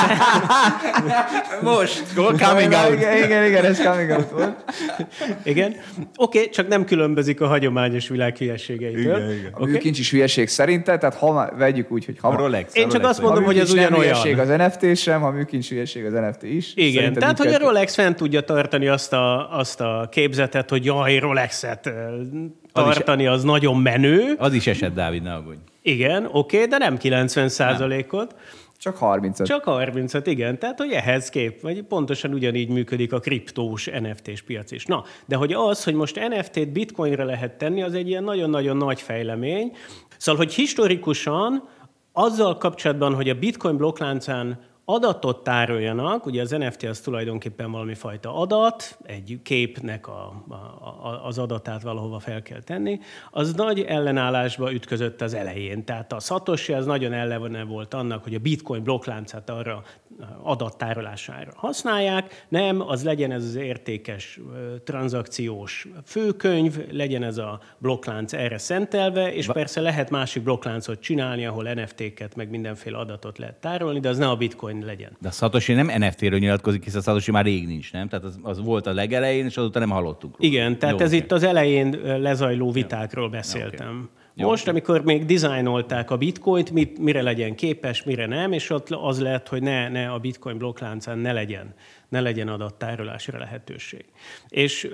most, coming out. Igen, igen, igen, ez coming out volt. Igen. Oké, okay, csak nem különbözik a hagyományos világ hülyeségeitől. Igen, igen. A műkincs is hülyeség szerinted, tehát ha vegyük úgy, hogy ha... A Rolex. Én a csak Rolex azt mondom, hogy ez ugyanolyan. Az en ef té sem, ha műkincs hülyeség az en ef té is. Igen, Szerinted tehát hogy a kettő? Rolex fent tudja tartani azt a, azt a képzetet, hogy jaj, Rolexet tartani az, az nagyon menő. Az is esett, Dávid, ne aggódj. Igen, oké, okay, de nem kilencven százalékot. Csak harmincöt. Csak harmincöt, igen. Tehát, hogy ehhez kép, vagy pontosan ugyanígy működik a kriptós en ef té-s piac is. Na, de hogy az, hogy most en ef té-t bitcoinra lehet tenni, az egy ilyen nagyon-nagyon nagy fejlemény. Szóval, hogy historikusan azzal kapcsolatban, hogy a bitcoin blokkláncán adatot tároljanak, ugye az en ef té az tulajdonképpen valami fajta adat, egy képnek a, a, az adatát valahova fel kell tenni, az nagy ellenállásba ütközött az elején. Tehát a Satoshi az nagyon ellene volt annak, hogy a bitcoin blokkláncát arra adattárolására használják, nem, az legyen ez az értékes tranzakciós főkönyv, legyen ez a blokklánc erre szentelve, és persze lehet másik blokkláncot csinálni, ahol en ef té-ket, meg mindenféle adatot lehet tárolni, de az ne a bitcoin legyen. De a Satoshi nem en ef té-ről nyilatkozik, hisz a Satoshi már rég nincs, nem? Tehát az, az volt a legelején, és azóta nem hallottuk. Igen, tehát Jó, ez okay. itt az elején lezajló vitákról beszéltem. Okay. Jó, Most, okay. amikor még dizájnolták a bitcoint, mit, mire legyen képes, mire nem, és ott az lett, hogy ne, ne a bitcoin blokkláncán ne legyen, ne legyen adattárolásra lehetőség. És,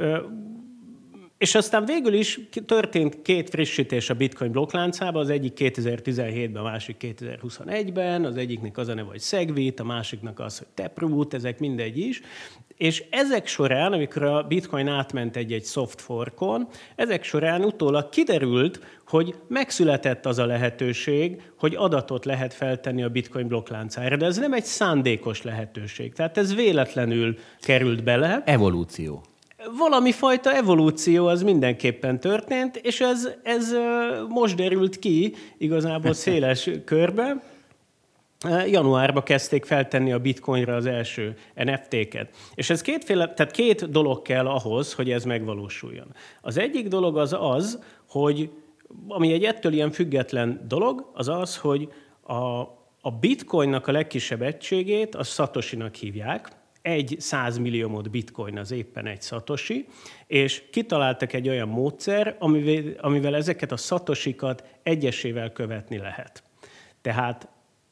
és aztán végül is történt két frissítés a bitcoin blokkláncában, az egyik kétezer-tizenhétben, a másik kétezer-huszonegyben, az egyiknek az a neve, hogy Segwit, a másiknak az, hogy Taproot, ezek mindegy is. És ezek során, amikor a bitcoin átment egy-egy soft forkon, ezek során utólag kiderült, hogy megszületett az a lehetőség, hogy adatot lehet feltenni a bitcoin blokkláncára, de ez nem egy szándékos lehetőség. Tehát ez véletlenül került bele. Evolúció. Valami fajta evolúció az mindenképpen történt, és ez, ez most derült ki igazából széles körbe. Januárban kezdték feltenni a bitcoinra az első en ef té-ket. És ez kétféle, tehát két dolog kell ahhoz, hogy ez megvalósuljon. Az egyik dolog az az, hogy ami egy ettől ilyen független dolog, az az, hogy a, a bitcoinnak a legkisebb egységét a Satoshinak hívják. Egy százmilliómod bitcoin az éppen egy Satoshi, és kitaláltak egy olyan módszer, amivel, amivel ezeket a Satoshikat egyesével követni lehet. Tehát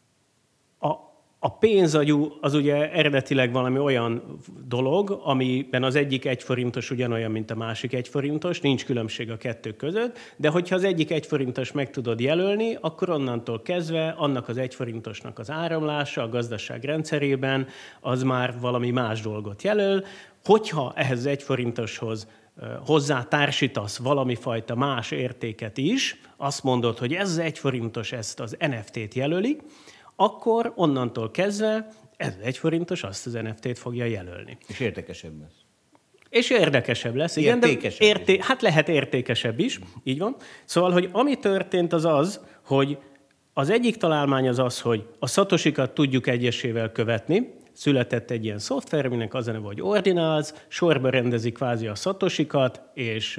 A, a pénzagyú az ugye eredetileg valami olyan dolog, amiben az egyik egyforintos ugyanolyan, mint a másik egyforintos, nincs különbség a kettő között, de hogyha az egyik egyforintos meg tudod jelölni, akkor onnantól kezdve annak az egyforintosnak az áramlása a gazdaság rendszerében az már valami más dolgot jelöl. Hogyha ehhez az egyforintoshoz hozzá társítasz valami fajta más értéket is, azt mondod, hogy ez az egyforintos ezt az en ef té-t jelöli, akkor onnantól kezdve ez egy forintos azt az en ef té-t fogja jelölni. És értékesebb lesz. És érdekesebb lesz, igen, értékesebb de érté- hát lehet értékesebb is, így van. Szóval, hogy ami történt az az, hogy az egyik találmány az az, hogy a Satoshikat tudjuk egyesével követni, született egy ilyen szoftver, aminek az a neve, hogy Ordinals, sorba rendezi kvázi a Satoshikat, és,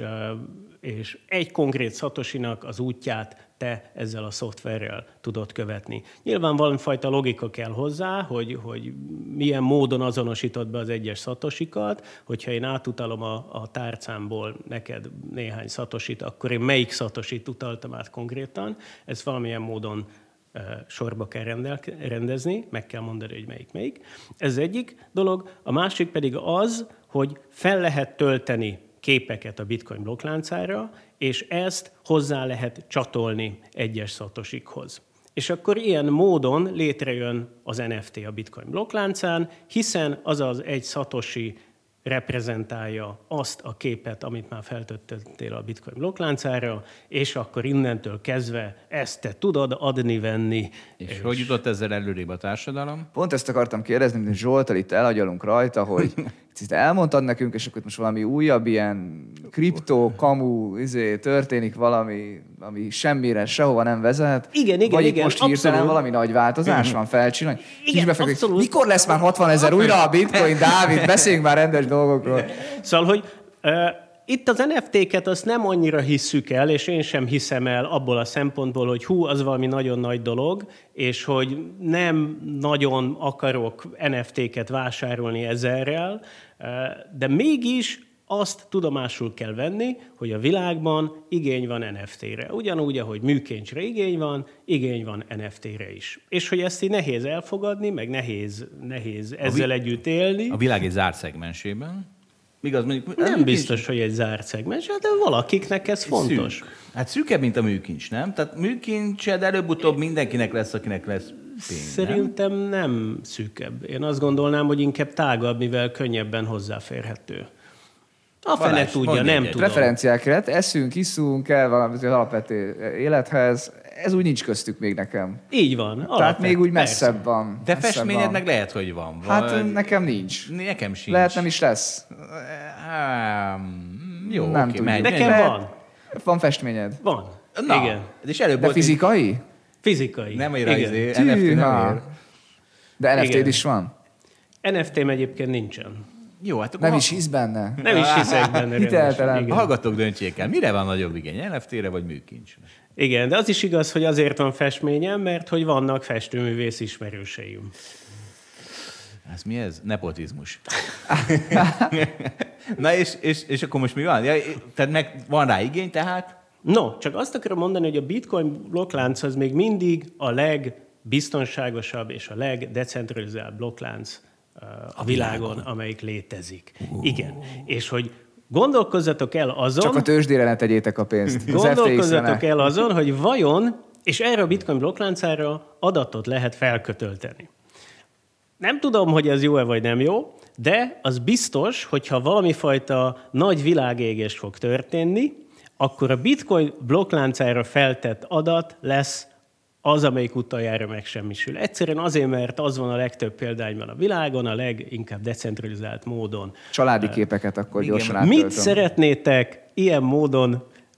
és egy konkrét Satoshinak az útját te ezzel a szoftverrel tudod követni. Nyilván valamifajta logika kell hozzá, hogy, hogy milyen módon azonosítod be az egyes Satoshikat, hogyha én átutalom a, a tárcámból neked néhány Satoshit, akkor én melyik Satoshit utaltam át konkrétan, ezt valamilyen módon sorba kell rendel, rendezni, meg kell mondani, hogy melyik melyik. Ez egyik dolog. A másik pedig az, hogy fel lehet tölteni képeket a bitcoin blokkláncára, és ezt hozzá lehet csatolni egyes Satoshikhoz. És akkor ilyen módon létrejön az en ef té a Bitcoin blokkláncán, hiszen az az egy Satoshi reprezentálja azt a képet, amit már feltöltöttél a Bitcoin blokkláncára, és akkor innentől kezdve ezt te tudod adni-venni. És, és hogy jutott ezzel előrébb a társadalom? Pont ezt akartam kérdezni, mint Zsoltal itt elagyalunk rajta, hogy itt elmondtad nekünk, és akkor most valami újabb ilyen kriptó, kamu, izé, történik valami, ami semmire, sehova nem vezet. Igen, igen, Vagy igen, most hirtelen abszolút. valami nagy változás van, felcsillan. Igen, abszolút. Mikor lesz már hatvanezer újra a bitcoin, Dávid? Beszéljünk már rendes dolgokról. Szóval, hogy uh, itt az en ef té-ket azt nem annyira hisszük el, és én sem hiszem el abból a szempontból, hogy hú, az valami nagyon nagy dolog, és hogy nem nagyon akarok en ef té-ket vásárolni ezerrel, uh, de mégis azt tudomásul kell venni, hogy a világban igény van en ef té-re. Ugyanúgy, ahogy műkincsre igény van, igény van en ef té-re is. És hogy ezt így nehéz elfogadni, meg nehéz, nehéz ezzel vi- együtt élni. A világ egy zárt szegmensében. Igaz, mondjuk, Nem műkincs biztos, hogy egy zárt szegmens, de valakiknek ez fontos. Szűk. Hát szűkebb, mint a műkincs, nem? Tehát műkincsed előbb-utóbb mindenkinek lesz, akinek lesz pénz, Szerintem nem? nem szűkebb. Én azt gondolnám, hogy inkább tágabb, mivel könnyebben hozzáférhető. A fene Balázs, tudja, mondd nem egyet. tudom. Preferenciákra, eszünk, iszunk, kell valami az alapvető élethez. Ez úgy nincs köztük még nekem. Így van. Tehát alapvető. még úgy Persze. messzebb van. De messzebb festményed van. meg lehet, hogy van. Hát vagy... nekem nincs. Nekem sincs. Lehet nem is lesz. Um, jó, Nem oké, tudjuk. menj, Nekem menj. van. Van festményed? Van. Na, Igen. és előbb De volt, fizikai? Fizikai. nem egy Igen. rajzé, en ef té nem Tűha. ér. De en ef té-d Igen. is van? en ef té-m egyébként nincsen. Jó, hát akkor Nem ha- is hisz benne? Nem is hiszek benne. Hiteltelen. rendesen. a Igen. hallgatók döntsék el, mire van nagyobb igény, en ef té-re vagy műkincsre? Igen, de az is igaz, hogy azért van festményem, mert hogy vannak festőművész ismerőseim. Ez mi ez? Nepotizmus. Na és, és, és akkor most mi van? Ja, tehát meg van rá igény, tehát? No, csak azt akarom mondani, hogy a Bitcoin blokklánc az még mindig a legbiztonságosabb és a legdecentralizált blokklánc uh, a világon, amelyik létezik. Uh. Igen. És hogy gondolkozzatok el azon... Csak a tőzsdére ne tegyétek a pénzt. Az ef té iksz-re Gondolkozzatok ne. el azon, hogy vajon, és erre a Bitcoin blokkláncára adatot lehet felkötölteni. Nem tudom, hogy ez jó-e vagy nem jó, de az biztos, hogyha valami fajta nagy világégés fog történni, akkor a Bitcoin blokkláncára feltett adat lesz az, amelyik utoljára megsemmisül. Egyszerűen azért, mert az van a legtöbb példányban a világon, a leginkább decentralizált módon. Családi képeket akkor Igen. gyorsan áttöltöm. Mit szeretnétek ilyen módon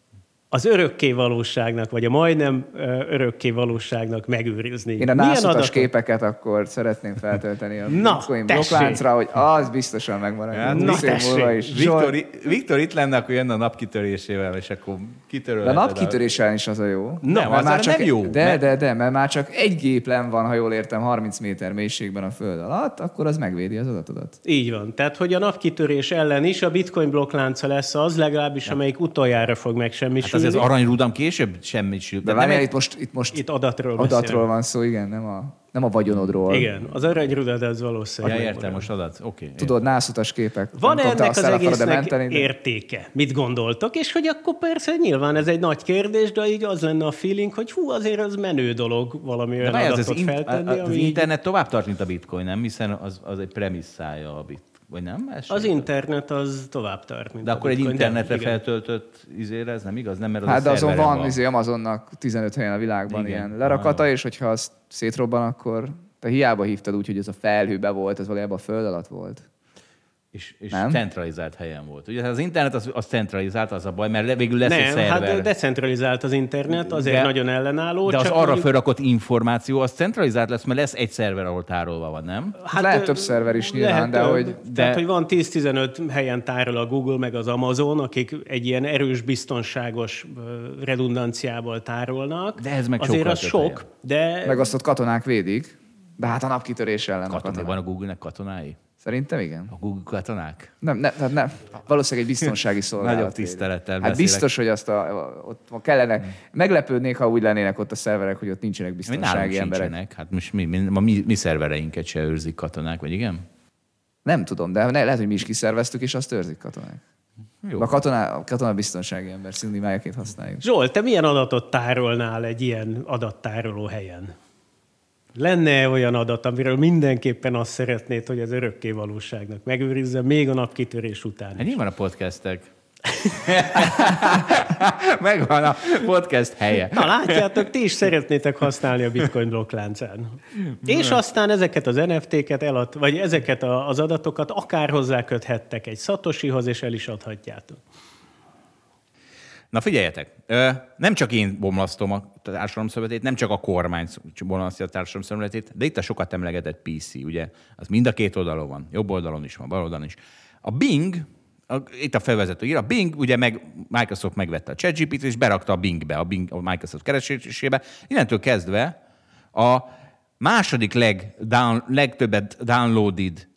az örökké valóságnak, vagy a majdnem ö, örökké valóságnak megőrizni? Én a Milyen nászutas adatok? képeket akkor szeretném feltölteni a Na, Bitcoin tessék! blokkláncra, hogy az biztosan megmarad. Hát, húsz na, év múlva tessék! is. Viktor, Zsolt, Viktor itt lenne, akkor jönne a napkitörésével, és akkor de kitörölheted. a napkitöréssel is az a jó. Nem, Mert az már csak, nem jó. De, mert- de, de, mert már csak egy géplen van, ha jól értem, harminc méter mélységben a föld alatt, akkor az megvédi az adatodat. Így van. Tehát, hogy a napkitörés ellen is a Bitcoin blokklánca lesz az, legalábbis amelyik utoljára fog Hát megsemmisülni. az, az aranyrudam később semmisült. De nem várjál, egy- itt most, itt most Itt adatról adatról beszélünk. van szó, igen, nem a, nem a vagyonodról. Igen, az aranyrudat az Ja, valószínűleg. értem, megmarad. most adat. Oké. Tudod, nászutas képek. Van Nem tudom, te ennek azt az el akarod-e egésznek menteni, de- értéke? Mit gondoltok? És hogy akkor persze nyilván ez egy nagy kérdés, de így az lenne a feeling, hogy hú, azért az menő dolog valami De olyan várj, az, adatot az, in- feltenni, az ami így... internet tovább tart, mint a bitcoin, nem? Hiszen az, az egy premisszája a bit. Vagy nem? Ez Az sem- internet az tovább tart, mint De a akkor egy Bitcoin. internetre igen. feltöltött izére, ez nem igaz? Nem, mert az Hát a de azon szerveren van, izé, Amazonnak tizenöt helyen a világban Igen. ilyen lerakata, és hogyha az szétrobban, akkor te hiába hívtad úgy, hogy ez a felhőbe volt, ez valójában a föld alatt volt. És, és Nem? centralizált helyen volt. Ugye az internet az, az centralizált, az a baj, mert végül lesz egy Nem, szerver. hát decentralizált az internet, azért De- nagyon ellenálló. de az csak arra mondjuk- felrakott információ, az centralizált lesz, mert lesz egy szerver, ahol tárolva van, nem? Hát lehet ö, több szerver is nyilván, lehet de több. hogy- Tehát, de- hogy van tíz-tizenöt helyen tárol a Google meg az Amazon, akik egy ilyen erős, biztonságos ö, redundanciával tárolnak. De ez meg azért sokkal az több sok, de Meg azt ott katonák védik, de hát a napkitörés ellen a Katonai, katonák. van a Google-nek katonái? Szerintem igen. A Google katonák? Nem, ne, tehát nem. Valószínűleg egy biztonsági szolgálat. Nagyobb tisztelettel Hát beszélek. biztos, hogy azt a, ott kellene. Meglepődnék, ha úgy lennének ott a szerverek, hogy ott nincsenek Mi nálunk biztonsági emberek. sincsenek. Hát most mi, mi, ma mi, mi szervereinket se őrzik katonák, vagy igen? Nem tudom, de ne, lehet, hogy mi is kiszerveztük, és azt őrzik katonák. Jó. A katona, a katona biztonsági ember, szinonimájaként használjuk. Zsolt, te milyen adatot tárolnál egy ilyen adattároló helyen? Lenne olyan adat, amiről mindenképpen azt szeretnéd, hogy az örökké valóságnak megőrizze, még a napkitörés után is? Hát nyilván a podcastek. Megvan a podcast helye. Na látjátok, ti is szeretnétek használni a Bitcoin blokkláncán. És aztán ezeket az en ef té-ket elad, vagy ezeket az adatokat akár hozzáköthettek egy Satoshihoz, és el is adhatjátok. Na figyeljetek, nem csak én bomlasztom a társadalomszövetét, nem csak a kormány bomlasztja a társadalomszövetét, de itt a sokat emlegetett pé cé, ugye? Az mind a két oldalon van, jobb oldalon is van, bal oldalon is. A Bing, a, itt a felvezető ír, a Bing, ugye meg, Microsoft megvette a ChatGPT-t, és berakta a Bingbe, a, Bing, a Microsoft keresésébe. Innentől kezdve a második leg, down, legtöbbet downloaded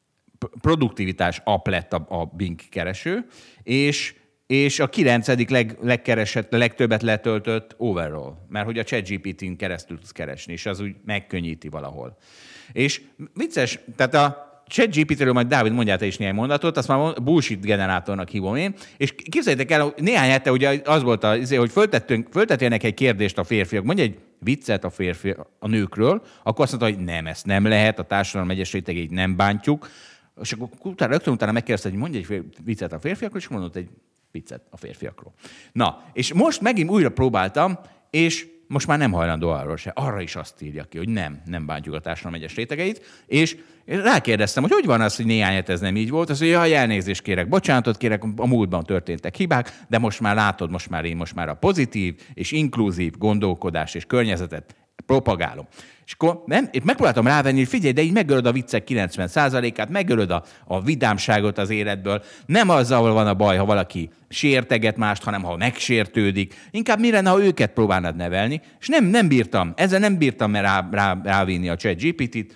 produktivitás app lett a, a Bing kereső, és és a kilencedik leg, legkeresett, legtöbbet letöltött overall, mert hogy a ChatGPT-n keresztül tudsz keresni, és az úgy megkönnyíti valahol. És vicces, tehát a ChatGPT-ről majd Dávid mondjál te is néhány mondatot, azt már bullshit generátornak hívom én, és képzeljétek el, néhány hete ugye az volt, a, hogy föltettének egy kérdést a férfiak, mondja egy viccet a férfi a nőkről, akkor azt mondta, hogy nem, ezt nem lehet, a társadalom egyes rétegeit nem bántjuk, és akkor utána, rögtön utána megkérdezte, hogy mondja egy viccet a férfiakról, és mondott egy viccet a férfiakról. Na, és most megint újra próbáltam, és most már nem hajlandó arról se. Arra is azt írja ki, hogy nem, nem bántjuk a társadalom egyes rétegeit, és rákérdeztem, hogy hogy van az, hogy néhány ez nem így volt, az, hogy jaj, elnézést kérek, bocsánatot kérek, a múltban történtek hibák, de most már látod, most már én most már a pozitív és inkluzív gondolkodás és környezetet propagálom. És akkor nem, én megpróbáltam rávenni, hogy figyelj, de így megölöd a viccek kilencven százalékát, megölöd a, a vidámságot az életből. Nem azzal van a baj, ha valaki sérteget mást, hanem ha megsértődik. Inkább mi lenne, ha őket próbálnád nevelni. És nem, nem bírtam, ezzel nem bírtam rá, rá, rávinni a ChatGPT-t.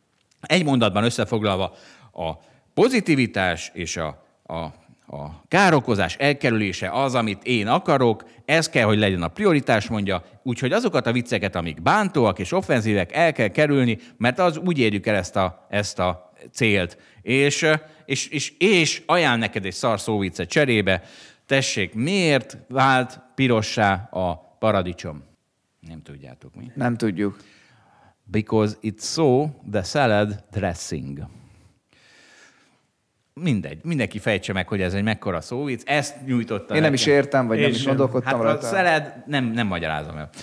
Egy mondatban összefoglalva, a pozitivitás és a, a A károkozás elkerülése az, amit én akarok, ez kell, hogy legyen a prioritás, mondja, úgyhogy azokat a vicceket, amik bántóak és offenzívek, el kell kerülni, mert az úgy érjük el ezt a, ezt a célt. És, és, és, és ajánl neked egy szar szóviccet cserébe, tessék, miért vált pirossá a paradicsom? Nem tudjátok mi? Nem tudjuk. Because it's so the salad dressing. Mindegy, mindenki fejtse meg, hogy ez egy mekkora szóvic. Ezt nyújtotta. Én nem is értem, vagy Én nem is gondolkodtam hát rajta. a szeled, nem, nem magyarázom el.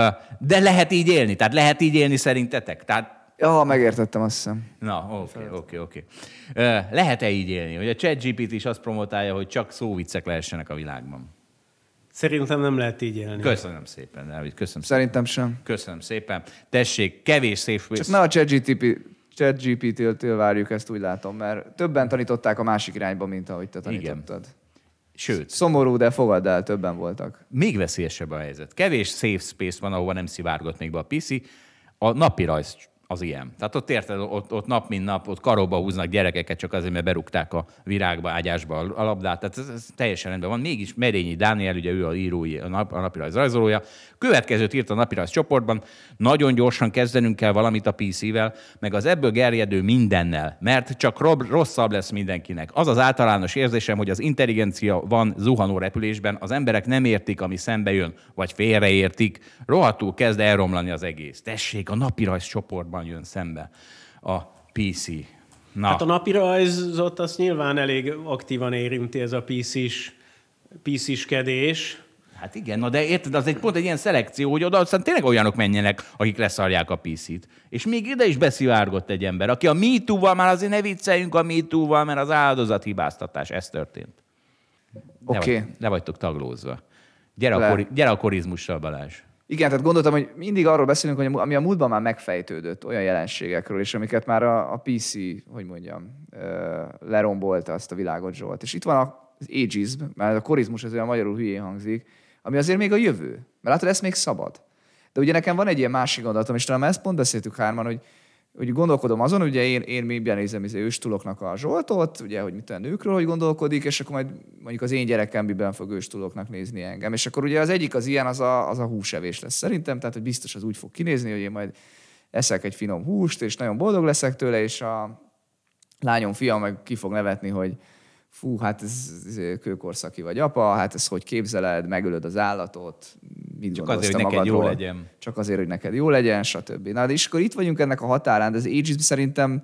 De lehet így élni? Tehát lehet így élni szerintetek? Tehát... Ja, megértettem, azt hiszem. Na, oké, oké, oké. Lehet-e így élni? Hogy a ChatGPT is azt promotálja, hogy csak szóviccek lehessenek a világban? Szerintem nem lehet így élni. Köszönöm szépen, Dávid, köszönöm szépen. Szerintem sem. Köszönöm szépen. Tessék, kevés szép... Csak ne a ChatGPT... ChatGPT-től várjuk, ezt úgy látom, mert többen tanították a másik irányba, mint ahogy te tanítottad. Igen. Sőt. Szomorú, de fogadd el, többen voltak. Még veszélyesebb a helyzet. Kevés safe space van, ahova nem szivárgott még be a pé cé. A napirajz az ilyen. Tehát ott érted, ott, ott nap mint nap, ott karóba húznak gyerekeket, csak azért, mert berúgták a virágba, ágyásba a labdát. Tehát ez, ez teljesen rendben van. Mégis Merényi Dániel, ugye ő a írói, a, nap, a napirajz rajzolója, következőt írt a napirajz csoportban, nagyon gyorsan kezdenünk kell valamit a pé cével, meg az ebből gerjedő mindennel, mert csak rob, rosszabb lesz mindenkinek. Az az általános érzésem, hogy az intelligencia van zuhanó repülésben, az emberek nem értik, ami szembe jön, vagy félreértik, rohadtul kezd elromlani az egész. Tessék, a napirajz csoportban jön szembe a pé cé. Na. Hát a napirajzot azt nyilván elég aktívan érinti ez a pé cés, pé céskedés. Hát igen, na de érted, az egy pont egy ilyen szelekció, hogy oda aztán tényleg olyanok menjenek, akik leszarják a pé cét. És még ide is beszivárgott egy ember, aki a MeToo-val, már azért ne vicceljünk a MeToo-val, mert az áldozathibáztatás, ez történt. Oké. Okay. Le, le vagytok taglózva. Gyere a, kori, gyere a korizmussal, Balázs. Igen, tehát gondoltam, hogy mindig arról beszélünk, hogy ami a múltban már megfejtődött, olyan jelenségekről, és amiket már a, a pé cé, hogy mondjam, lerombolta azt a világot, Zsolt. És itt van az ageism, mert a korizmus az olyan magyarul hülyén hangzik, ami azért még a jövő. Mert látod, ez még szabad. De ugye nekem van egy ilyen másik gondolatom, és talán ezt pont beszéltük hárman, hogy, hogy gondolkodom azon, ugye én, én még nézem az őstuloknak a Zsoltot, ugye, hogy mit a nőkről, hogy gondolkodik, és akkor majd mondjuk az én gyerekem miben fog őstuloknak nézni engem. És akkor ugye az egyik az ilyen, az a, az a húsevés lesz szerintem, tehát hogy biztos az úgy fog kinézni, hogy én majd eszek egy finom húst, és nagyon boldog leszek tőle, és a lányom, fiam meg ki fog nevetni, hogy fú, hát ez, ez kőkorszaki vagy apa, hát ezt hogy képzeled, megölöd az állatot, mit Csak gondolsz azért, te hogy neked magadról? jó legyen. Csak azért, hogy neked jó legyen, stb. Na, de és akkor itt vagyunk ennek a határán, de az ageism szerintem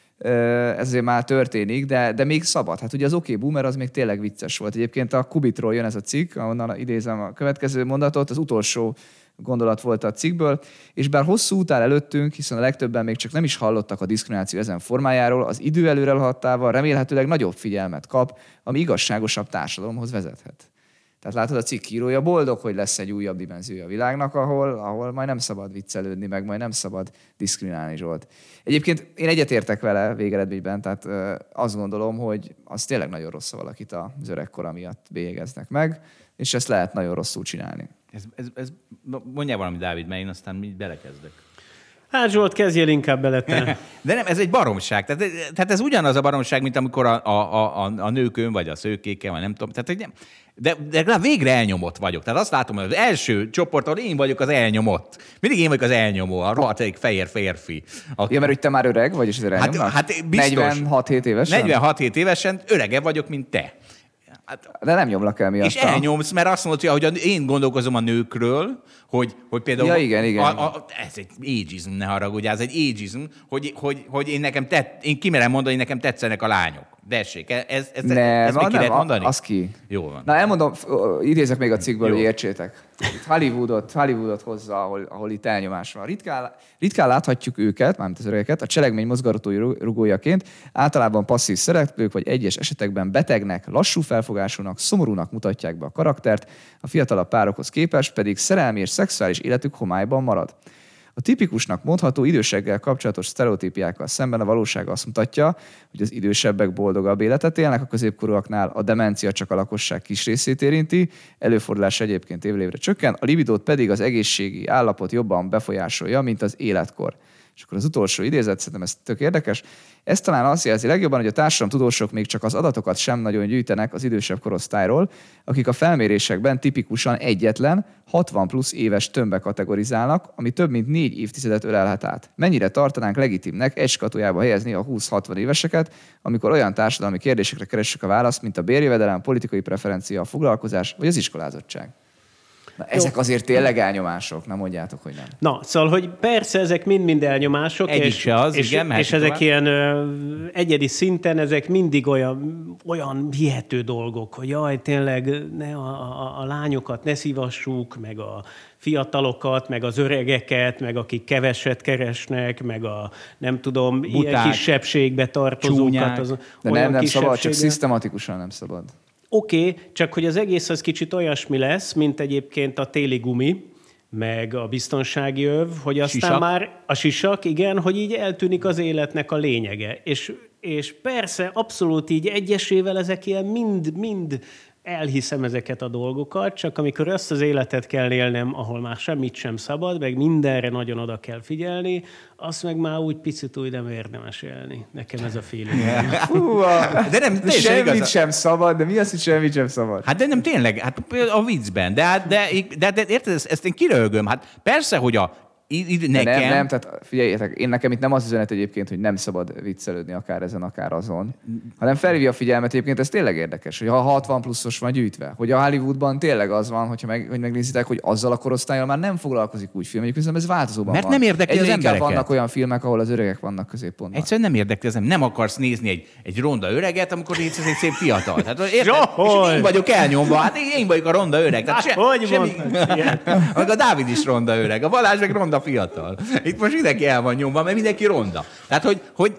ez azért már történik, de, de még szabad. Hát ugye az oké boomer az még tényleg vicces volt. Egyébként a Kubitról jön ez a cikk, ahonnan idézem a következő mondatot, az utolsó gondolat volt a cikkből, és bár hosszú út áll előttünk, hiszen a legtöbben még csak nem is hallottak a diszkrimináció ezen formájáról, az idő előre haladtával remélhetőleg nagyobb figyelmet kap, ami igazságosabb társadalomhoz vezethet. Tehát látod, a cikk írója boldog, hogy lesz egy újabb dimenziója a világnak, ahol, ahol majd nem szabad viccelődni, meg majd nem szabad diszkriminálni, Zsolt. Egyébként én egyetértek vele végeredményben, tehát ö, azt gondolom, hogy az tényleg nagyon rossz, ha valakit az öregkora miatt bélyegeznek meg, és ezt lehet nagyon rosszul csinálni. Ez, ez, ez, mondjál valami, Dávid, mert én aztán így belekezdek. Hát Zsolt, kezdjél inkább bele te. De nem, ez egy baromság. Tehát, tehát ez ugyanaz a baromság, mint amikor a, a, a, a nőkön, vagy a szőkéken, vagy nem tudom. Tehát, hogy nem, de, de végre elnyomott vagyok. Tehát azt látom, hogy az első csoport, ahol én vagyok az elnyomott. Mindig én vagyok az elnyomó, a rohadt fehér férfi. Aki... Ja, mert hogy te már öreg vagy, és ezért elnyomnak? Hát, hát biztos. negyvenhat-hét évesen? negyvenhat-hét évesen öregebb vagyok, mint te. Hát, de nem nyomlak el miatt. És elnyomsz, mert azt mondod, hogy én gondolkozom a nőkről, hogy, hogy például... Ja, igen, igen. A, a, ez egy ageism, ne haragudj, ez egy ageism, hogy, hogy, hogy én nekem tett, én kimerem mondani, hogy nekem tetszenek a lányok. Dessék, ez, ez, nem, ez még nem, ki lehet mondani? Az ki. Jó van. Na elmondom, idézek még a cikkből, Jó. hogy értsétek. Itt Hollywoodot, Hollywoodot hozza, ahol, ahol itt elnyomás van. Ritkán, ritkán láthatjuk őket, mármint az öregeket, a cselekmény mozgatói rugójaként, általában passzív szereplők, vagy egyes esetekben betegnek, lassú felfogásúnak, szomorúnak mutatják be a karaktert, a fiatalabb párokhoz képest pedig szerelmi és szexuális életük homályban marad. A tipikusnak mondható időseggel kapcsolatos sztereotípiákkal szemben a valóság azt mutatja, hogy az idősebbek boldogabb életet élnek, a középkorúaknál a demencia csak a lakosság kis részét érinti, előfordulás egyébként évről évre csökken, a libidót pedig az egészségi állapot jobban befolyásolja, mint az életkor. És akkor az utolsó idézet, szerintem ez tök érdekes. Ez talán azt jelzi legjobban, hogy a társadalomtudósok még csak az adatokat sem nagyon gyűjtenek az idősebb korosztályról, akik a felmérésekben tipikusan egyetlen, hatvan plusz éves tömbbe kategorizálnak, ami több mint négy évtizedet ölelhet át. Mennyire tartanánk legitimnek egy skatujába helyezni a húsz-hatvan éveseket, amikor olyan társadalmi kérdésekre keressük a választ, mint a bérjövedelem, politikai preferencia, a foglalkozás vagy az iskolázottság? Na, ezek azért tényleg elnyomások, nem mondjátok, hogy nem. Na, szóval, hogy persze ezek mind-mind elnyomások, Egyik és, se az, és, igen, és ezek ilyen ö, egyedi szinten, ezek mindig olyan, olyan hihető dolgok, hogy jaj, tényleg ne a, a, a lányokat ne szívassuk, meg a fiatalokat, meg az öregeket, meg akik keveset keresnek, meg a nem tudom, Buták, ilyen kisebbségbe tartozókat. Az, de nem, nem szabad, csak szisztematikusan nem szabad. Oké, okay, csak hogy az egész az kicsit olyasmi lesz, mint egyébként a téli gumi, meg a biztonsági öv, hogy aztán sisak. Már a sisak, igen, hogy így eltűnik az életnek a lényege. És, és persze, abszolút így egyesével ezek ilyen mind-mind elhiszem ezeket a dolgokat, csak amikor azt az életet kell élnem, ahol már semmit sem szabad, meg mindenre nagyon oda kell figyelni, azt meg már úgy picit úgy nem érdemes élni. Nekem ez a feeling. Hú, a... De nem, de semmit igaz. sem szabad, de mi az, hogy semmit sem szabad? Hát de nem tényleg, hát a viccben, de, de, de, de érted, ezt, ezt én kiröhögöm. Hát persze, hogy a Nekem... Nem, nem, tehát figyeljetek, én nekem itt nem az üzenet egyébként, hogy nem szabad viccelődni akár ezen, akár azon, hanem felhívja a figyelmet egyébként, ez tényleg érdekes, hogy ha hatvan pluszos van gyűjtve, hogy a Hollywoodban tényleg az van, hogyha meg, hogy megnézitek, hogy azzal a korosztállyal már nem foglalkozik úgy filmek, viszont ez változóban Mert van. nem érdekli az embereket. Vannak olyan filmek, ahol az öregek vannak középpontban. Egyszerűen nem érdekli az ember. Nem akarsz nézni egy, egy ronda öreget, amikor nézsz egy szép fiatal. Tehát, érted? És én vagyok elnyomva, hát én vagyok a ronda öreg. Tehát se, hogy semmi... Meg a Dávid is ronda öreg, a Balázs meg ronda fiatal. Itt most mindenki el van nyomva, mert mindenki ronda. Tehát, hogy, hogy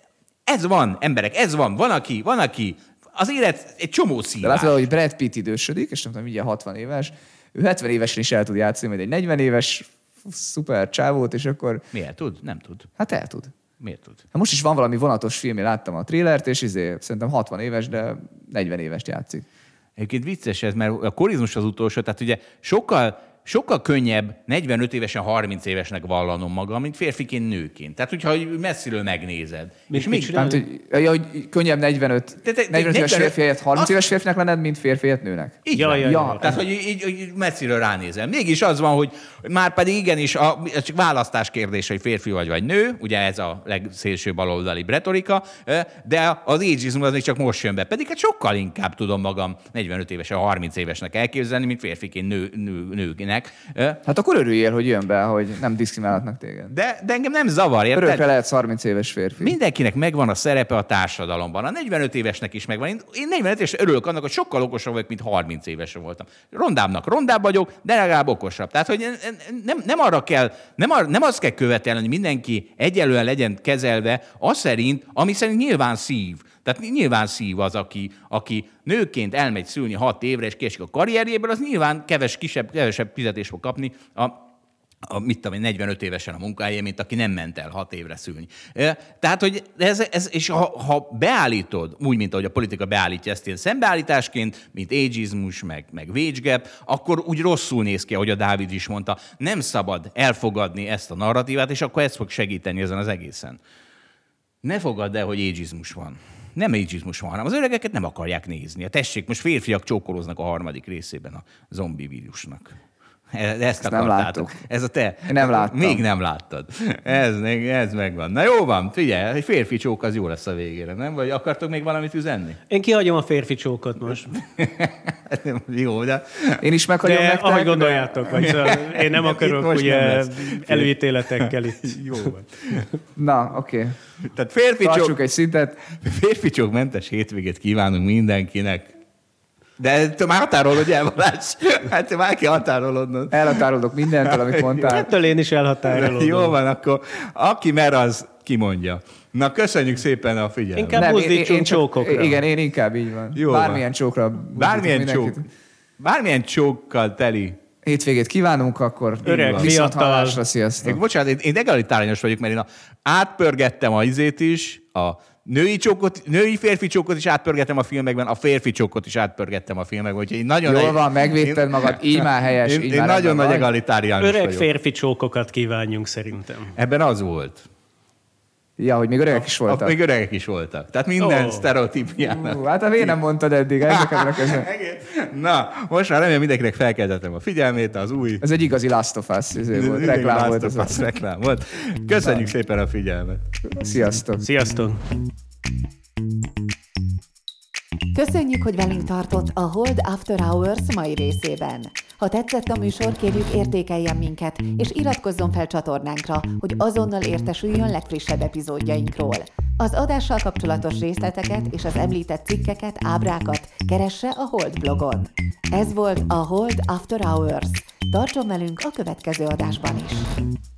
ez van, emberek, ez van. Van, aki, van, aki az élet egy csomó szívás. De látod, hogy Brad Pitt idősödik, és nem tudom, mindjárt hatvan éves, ő hetven évesen is el tud játszani, majd egy negyven éves szuper csávót, és akkor... Miért tud? Nem tud. Hát el tud. Miért tud? Hát most is van valami vonatos film, én láttam a trélert, és izé, szerintem hatvan éves, de negyven évest játszik. Egyébként vicces ez, mert a korizmus az utolsó, tehát ugye sokkal sokkal könnyebb negyvenöt évesen harminc évesnek vallanom magam, mint férfiként nőként. Tehát, hogyha messziről megnézed. Mit és még, Tehát, hogy, ja, hogy könnyebb negyvenöt, te, te, negyvenöt éves férfi helyett harminc azt, éves férfinek lenned, mint férfi helyett nőnek. Így Ja, van. ja, ja, ja. Tehát, hogy így, így messziről ránézel. Mégis az van, hogy már pedig igenis a, ez csak választás kérdése, hogy férfi vagy vagy nő, ugye ez a legszélső baloldali retorika, de az ageizmus az még csak most jön be. Pedig hát sokkal inkább tudom magam negyvenöt évesen, harminc évesnek elképzelni, mint férfiként nő, nő, nőnek. Hát akkor örüljél, hogy jön be, hogy nem diszkriminálhatnak téged. De, de engem nem zavar, érted? Örökre lehetsz harminc éves férfi. Mindenkinek megvan a szerepe a társadalomban. A negyvenöt évesnek is megvan. Én, én negyvenöt éves örülök annak, hogy sokkal okosabb vagyok, mint harminc évesen voltam. Rondábbnak rondább vagyok, de legalább okosabb. Tehát, hogy nem, nem arra kell, nem, ar, nem azt kell követelni, hogy mindenki egyelően legyen kezelve az szerint, ami szerint nyilván szív. Tehát nyilván szív az, aki, aki nőként elmegy szülni hat évre, és kiesik a karrierjéből, az nyilván keves, kisebb, kevesebb fizetést fog kapni a, a, mit tudom én, negyvenöt évesen a munkahelyén, mint aki nem ment el hat évre szülni. Tehát, hogy ez, ez és ha, ha beállítod, úgy, mint ahogy a politika beállítja ezt ilyen szembeállításként, mint ageizmus, meg, meg wage gap, akkor úgy rosszul néz ki, ahogy a Dávid is mondta. Nem szabad elfogadni ezt a narratívát, és akkor ez fog segíteni ezen az egészen. Ne fogadd el, hogy ageizmus van. Nem ageizmus van, hanem az öregeket nem akarják nézni. A tessék, most férfiak csókolóznak a harmadik részében a zombi vírusnak. Ezt, Ezt akartátok. Ez a te. Én nem láttam. Még nem láttad. Ez, ez megvan. Na jó van, figyelj, egy férfi csók az jó lesz a végére, nem? Vagy akartok még valamit üzenni? Én kihagyom a férfi csókot most. Jó, de... Én is meghagyom de nektek. ahogy gondoljátok, vagy szóval én nem akarok ugye nem előítéletekkel itt. Jó van. Na, oké. Okay. Tehát férfi Tartsuk csók, egy szintet. férfi csók mentes hétvégét kívánunk mindenkinek. De te már határolod el, Balázs. Hát te már ki határolodnod. Elhatárolok mindentől, amit mondtál. Ettől én is elhatárolódom. Jó van, akkor aki mer, az kimondja. Na, köszönjük szépen a figyelmet. Inkább Nem, buzdítsunk csókokra. Igen, én inkább így van. Jó Bármilyen van. csókra. Bármilyen csók. Mindenkit. Bármilyen csókkal teli. Hétvégét kívánunk, akkor Öreg, viszont fiatal. hallásra, Én, sziasztok. bocsánat, én, én egalitárányos vagyok, mert én a, átpörgettem a izét is, a női csókot, női férfi csókot is átpörgettem a filmekben, a férfi csókot is átpörgettem a filmekben. Úgyhogy én nagyon Jól egy, van, megvédted magad, így már helyes, Én, így én már nagyon rendben nagy vagy. egalitáriánus Öreg vagyok. férfi csókokat kívánjunk szerintem. Ebben az volt. Ja, hogy még öregek is A, voltak. még öregek is voltak. Tehát minden Ó. sztereotípiának. Ú, hát a miért nem mondtad eddig? Ezeket ezen. Na, most már remélem mindenkinek felkeltettem a figyelmét, az új... Ez egy igazi Last of Us izé volt, Igen, reklám Last volt. of Ez Us a... reklám volt. Köszönjük szépen a figyelmet. Sziasztok. Sziasztok! Köszönjük, hogy velünk tartott a Hold After Hours mai részében. Ha tetszett a műsor, kérjük értékeljen minket, és iratkozzon fel csatornánkra, hogy azonnal értesüljön legfrissebb epizódjainkról. Az adással kapcsolatos részleteket és az említett cikkeket, ábrákat keresse a Hold blogon. Ez volt a Hold After Hours. Tartson velünk a következő adásban is!